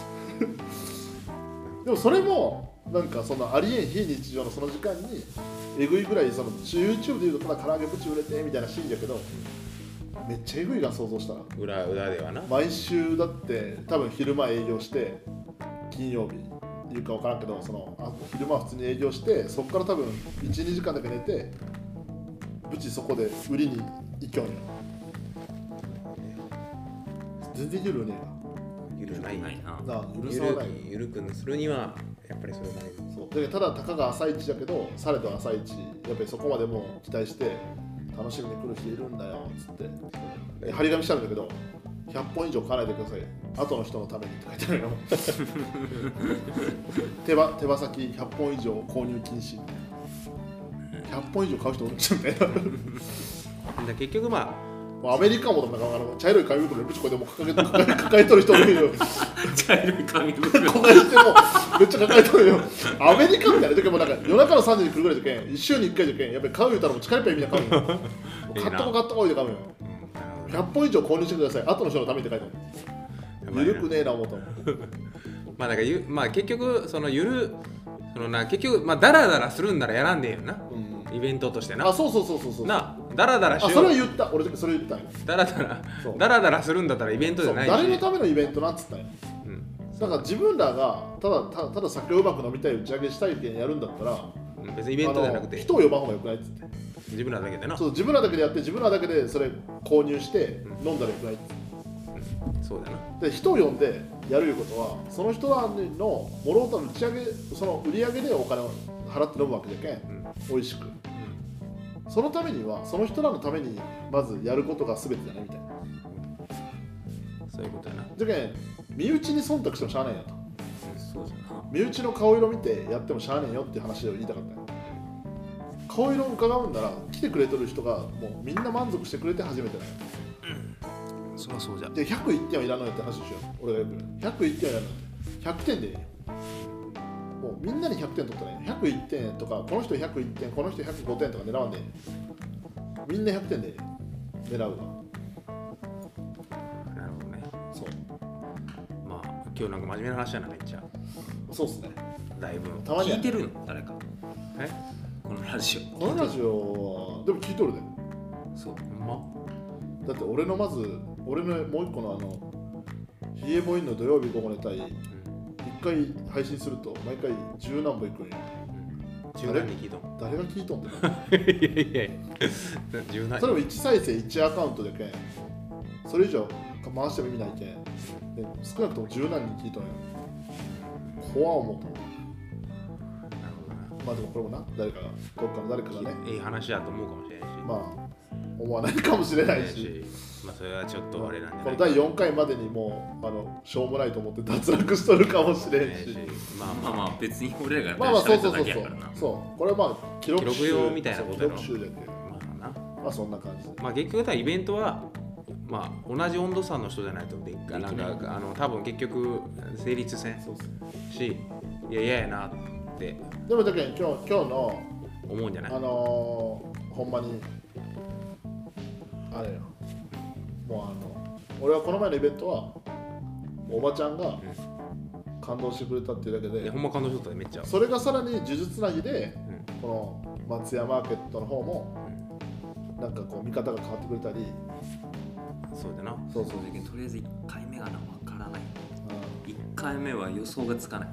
でもそれもなんかそのありえん非日常のその時間にえぐいぐらいYouTube でいうとただ唐揚げブチ売れてみたいなシーンだけど、 めっちゃエグいが想像したら裏ではな。 毎週だって多分昼間営業して金曜日いうか分からんけど昼間は普通に営業してそこから多分 1,2 時間だけ寝てぶちそこで売りに行きょんよ。全然ゆるねゆるないな。 ゆるさはない。 ゆるくするにはやっぱりそれがない。 そうだけどただたかが朝一だけどされど朝一やっぱりそこまでも期待して楽しみに来る人いるんだよっつって張り紙したんだけど100本以上買わないでください後の人のためにって書いてあるよ手羽先100本以上購入禁止100本以上買う人おるんちゃうみたいな結局まあアメリカもなんか茶色い紙袋でぶちこいでも抱えとる人おるよ茶色い紙袋こがしてもめっちゃ抱えとるよアメリカみたいな時もなんか夜中の3時に来るぐらいじゃけん1週に1回じゃけんやっぱり買う言うたらもう力いっぱいみんな買うよ買っとこ買っとこいで買うよ100本以上購入してください後の人のためにって書いてあるゆるくねえな思ったもんまあだからまあ結局結局まあダラダラするんならやらんでええよな、イベントとしてな。 あそうなダラダラしよう。 それは言った俺それ言ったんよダラダラするんだったらイベントじゃないし。 誰のためのイベントなんつったんよ、だから自分らがただ酒をうまく飲みたい打ち上げしたいってやるんだったら、 別にイベントじゃなくて人を呼ばん方がよくないっつって自分らだけでな。 そう自分らだけでやって自分らだけでそれ購入して飲んだらよくないっつって、 そうだな。 で人を呼んでやるいうことはその人らのもろうとの打ち上げその売り上げでお金を払って飲むわけじゃけん、美味しく、そのためにはその人らのためにまずやることが全てだねみたいな、 そういうことやな。 じゃけん身内に忖度してもしゃあないよと、 そうじゃな。 身内の顔色見てやってもしゃあねえよっていう話を言いたかったよ。顔色を伺うんなら来てくれてる人がもうみんな満足してくれて初めてだよ。 そりゃそうじゃ。 で101点はいらないって話でしょ。俺がよく101点はいらない100点でいいよ。もうみんなに100点取ったらいいよ。101点とかこの人101点この人105点とか狙わんでいいよ。みんな100点でいいよ。狙うわ。 なるほどね。 そう。 まあ今日なんか真面目な話やなめっちゃ。 そうっすね。 だいぶ。 たまには聞いてるの誰かこのラジオ。 このラジオはでも聞いとるで。 そう。 だって俺のもう一個のヒエボインの土曜日午後寝たい一回配信すると毎回10何本いくんよ。 10何に聞いとん。 誰が聞いとんっていや10何。 それも1再生1アカウントでけんそれ以上回しても意味ないけんで少なくとも10何人聞いとんよ。怖思うと。まあでもこれもな誰かがどっかの誰かがねいい話だと思うかもしれないし。 まあ思わないかもしれないし、 まあそれはちょっとあれなんじゃないこの第4回までにもうしょうもないと思って脱落しとるかもしれんし、 まあ別に俺らがまあそうそうそう喋っただけやからな。 そうこれはまあ記録集用みたいなことやろ。 記録集でっていうまあそんな感じで、 まあ結局イベントはまあ同じ温度差の人じゃないとなんか多分結局成立せんそうですし、いや嫌やなってでもだけど今日の思うんじゃない。 ほんまにあれよもう俺はこの前のイベントはおばちゃんが感動してくれたっていうだけで、 ほんま感動しとったでめっちゃ。 それがさらに呪術つなぎで、この松屋マーケットの方もなんかこう見方が変わってくれたり、 そうだな。 そうそう、 とりあえず1回目がな分からない。1回目は予想がつかない。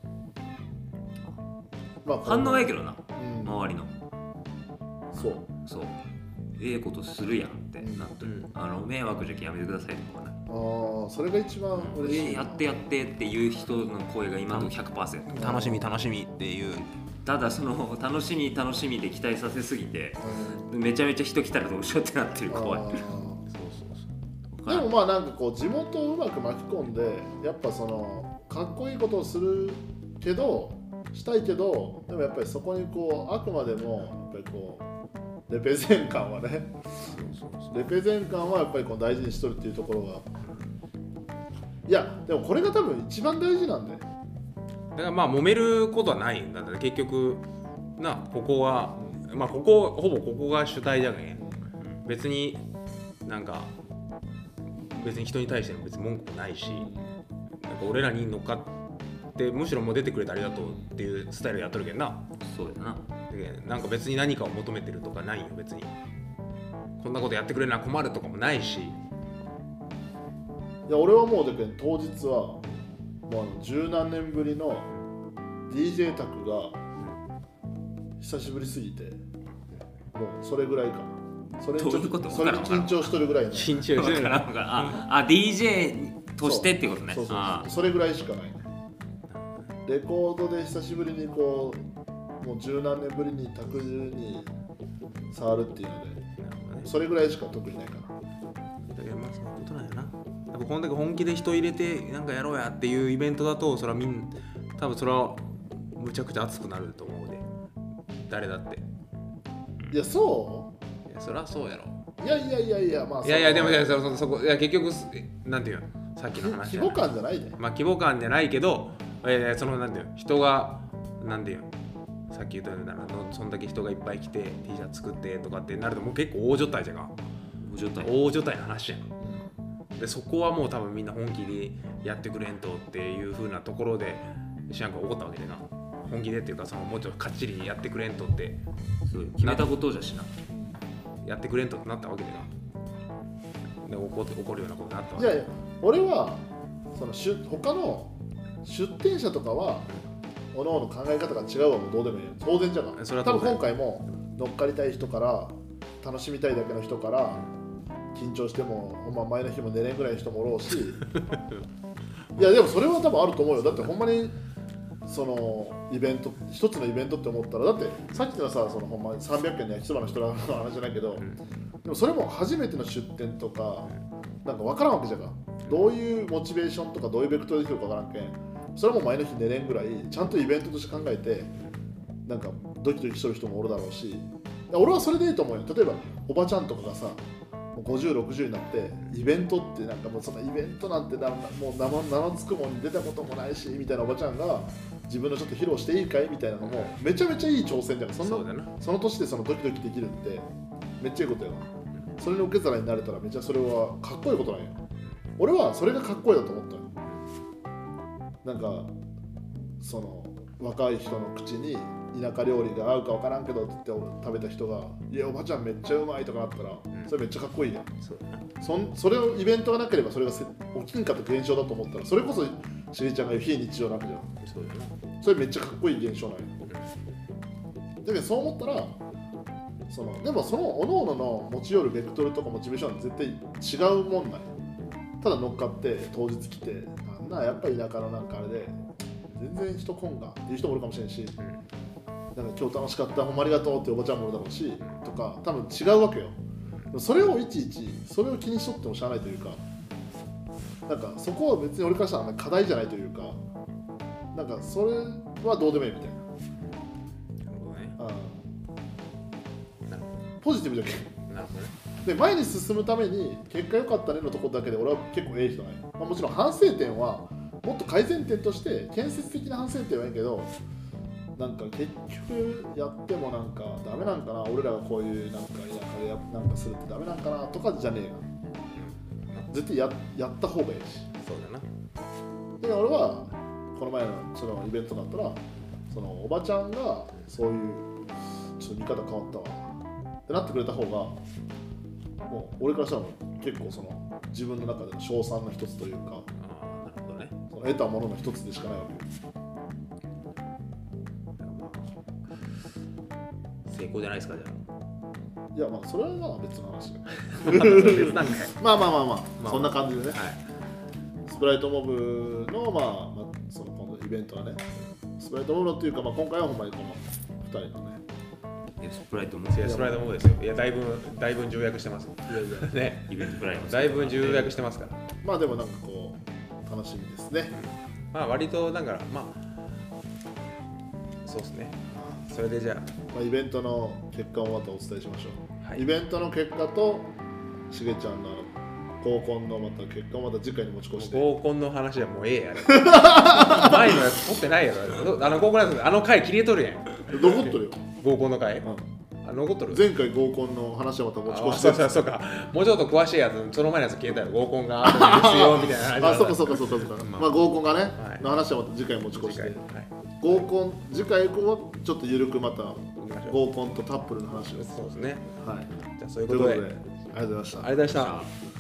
まあ、 反応はいいけどな、 うん、 周りの。 そうええことするやんってなってる、迷惑じゃけやめてくださいとかね。 それが一番嬉しい、 やってやってっていう人の声が今の 100%。 楽しみ楽しみっていう。 ただその楽しみ楽しみで期待させすぎて、めちゃめちゃ人来たらどうしようってなってる。怖い。 でもまあなんかこう地元をうまく巻き込んでやっぱそのかっこいいことをするけどしたいけどでもやっぱりそこにこうあくまでもやっぱりこうレペゼン感はねレペゼン感はやっぱりこう大事にしとるっていうところがいやでもこれが多分一番大事なんでだからまあ揉めることはないんだって結局なここはまあほぼここが主体じゃけん別になんか別に人に対しての別に文句もないしなんか俺らに乗っかってむしろもう出てくれてありがとうっていうスタイルやっとるけんな。 そうやな。 なんか別に何かを求めてるとかないよ別にこんなことやってくれるのは困るとかもないし。 いや俺はもうだけど当日はもう十何年ぶりの DJ タクが久しぶりすぎてもうそれぐらいかな。それにちょっとそれに緊張しとるぐらいの緊張してる DJ としてってことね。 そうそれぐらいしかないね。レコードで久しぶりにこうもう十何年ぶりにタクに触るっていうので、それぐらいしか特にないかな。 だけどまあそのことなんやな。やっぱこんだけ本気で人入れてなんかやろうやっていうイベントだと、それは多分それはむちゃくちゃ熱くなると思うで、誰だって。 いやそう？そりゃそうやろ。 いやまあいやでもそこいや結局なんていうのさっきの話。 規模感じゃないで。 まあ規模感じゃないけど、そのなんていうの人がなんていうのさっき言ったようなそんだけ人がいっぱい来て T シャツ作ってとかってなるともう結構大所帯じゃん。大所帯の話やん。でそこはもう多分みんな本気でやってくれんとっていう風なところでシャンクが怒ったわけでな。本気でっていうかそのもうちょっとかっちりやってくれんとって決めたことじゃしな。 やってくれんとってなったわけでな。で怒るようなことになったわけ。 いや俺はその他の出店者とかは各々考え方が違うわもうどうでもいいよ。当然じゃん。多分今回も乗っかりたい人から楽しみたいだけの人から緊張してもほんま前の日も寝れんぐらいの人もおろうしいやでもそれは多分あると思うよ。だってほんまにそのイベント一つのイベントって思ったらだってさっきのさそのほんまに300件の焼きそばの人らの話じゃないけど、でもそれも初めての出店とかなんか分からんわけじゃが、どういうモチベーションとかどういうベクトルできるか分からんけん、それも前の日寝れんぐらいちゃんとイベントとして考えてなんかドキドキしてる人もおるだろうし、俺はそれでいいと思うよ。例えばおばちゃんとかがさ50、60になってイベントってなんかもうそのイベントなんてもう名のつくもんに出たこともないしみたいなおばちゃんが自分のちょっと披露していいかいみたいなのもめちゃめちゃいい挑戦だから、その年でそのドキドキできるってめっちゃいいことやな。それの受け皿になれたらめっちゃそれはかっこいいことなんや。俺はそれがかっこいいだと思ったよ。なんかその若い人の口に田舎料理が合うか分からんけどって言って食べた人がいやおばちゃんめっちゃうまいとかなったら、それめっちゃかっこいいやん。それをイベントがなければそれが起きんかった現象だと思ったら、それこそしげちゃんが言う非日常なわけじゃん。それめっちゃかっこいい現象なんや。だけどそう思ったらでもその各々の持ち寄るベクトルとかモチベーションは絶対違うもんなんや。ただ乗っかって当日来てなんなやっぱり田舎のなんかあれで全然人来んがっていう人もいるかもしれんし、なんか今日楽しかったほんまありがとうっておばちゃんもいるだろうしとか多分違うわけよ。それをいちいちそれを気にしとってもしゃあないというか、なんかそこは別に俺からしたら課題じゃないというか、なんかそれはどうでもいいみたいな。 なるほどね。 ポジティブじゃけん。なるほどね。で前に進むために結果良かったねのところだけで俺は結構ええ人ない。もちろん反省点はもっと改善点として建設的な反省点はいいけど、なんか結局やってもなんかダメなんかな、俺らがこういうなんか田舎でなんかするってダメなんかなとかじゃねえが、絶対 やった方がいいし。 そうだな。 で俺はこの前のそのイベントだったらそのおばちゃんがそういうちょっと見方変わったわってなってくれた方がもう俺からしたら結構その自分の中での賞賛の一つというか、 なるほどね。 その得たものの一つでしかないわけよ。 成功じゃないですかじゃあ。いやまあそれはまあ別の話別なんかいまあそんな感じでね、 はい、 スプライトモブのその今度イベントはね、スプライトモブのっていうか、今回はほんまにこの2人のねスプライトモブですよ。いやだいぶ重約してます。ね、 イベントプライトだいぶ重約してますから。 まあでもなんかこう楽しみですね。 まあ割とだからそうですね。それでじゃあ、 イベントの結果をまたお伝えしましょう。はい、イベントの結果としげちゃんの合コンのまた結果をまた次回に持ち越して。 合コンの話はもうええやろ。前のやつ撮ってないやろ。合コンのやつ回切れとるやん。 残っとるよ。 合コンの回。残っとる。 前回合コンの話はまた持ち越して。 そうか。もうちょっと詳しいやつ、その前のやつ消えたよ。合コンがあるんですよみたいな話。 そうか。合コンがね、の話はまた次回持ち越して。 合コン次回以降はちょっと緩くまた合コンとタップルの話を。 そうですね。 はい。 じゃあそういうことでありがとうございました。 ありがとうございました。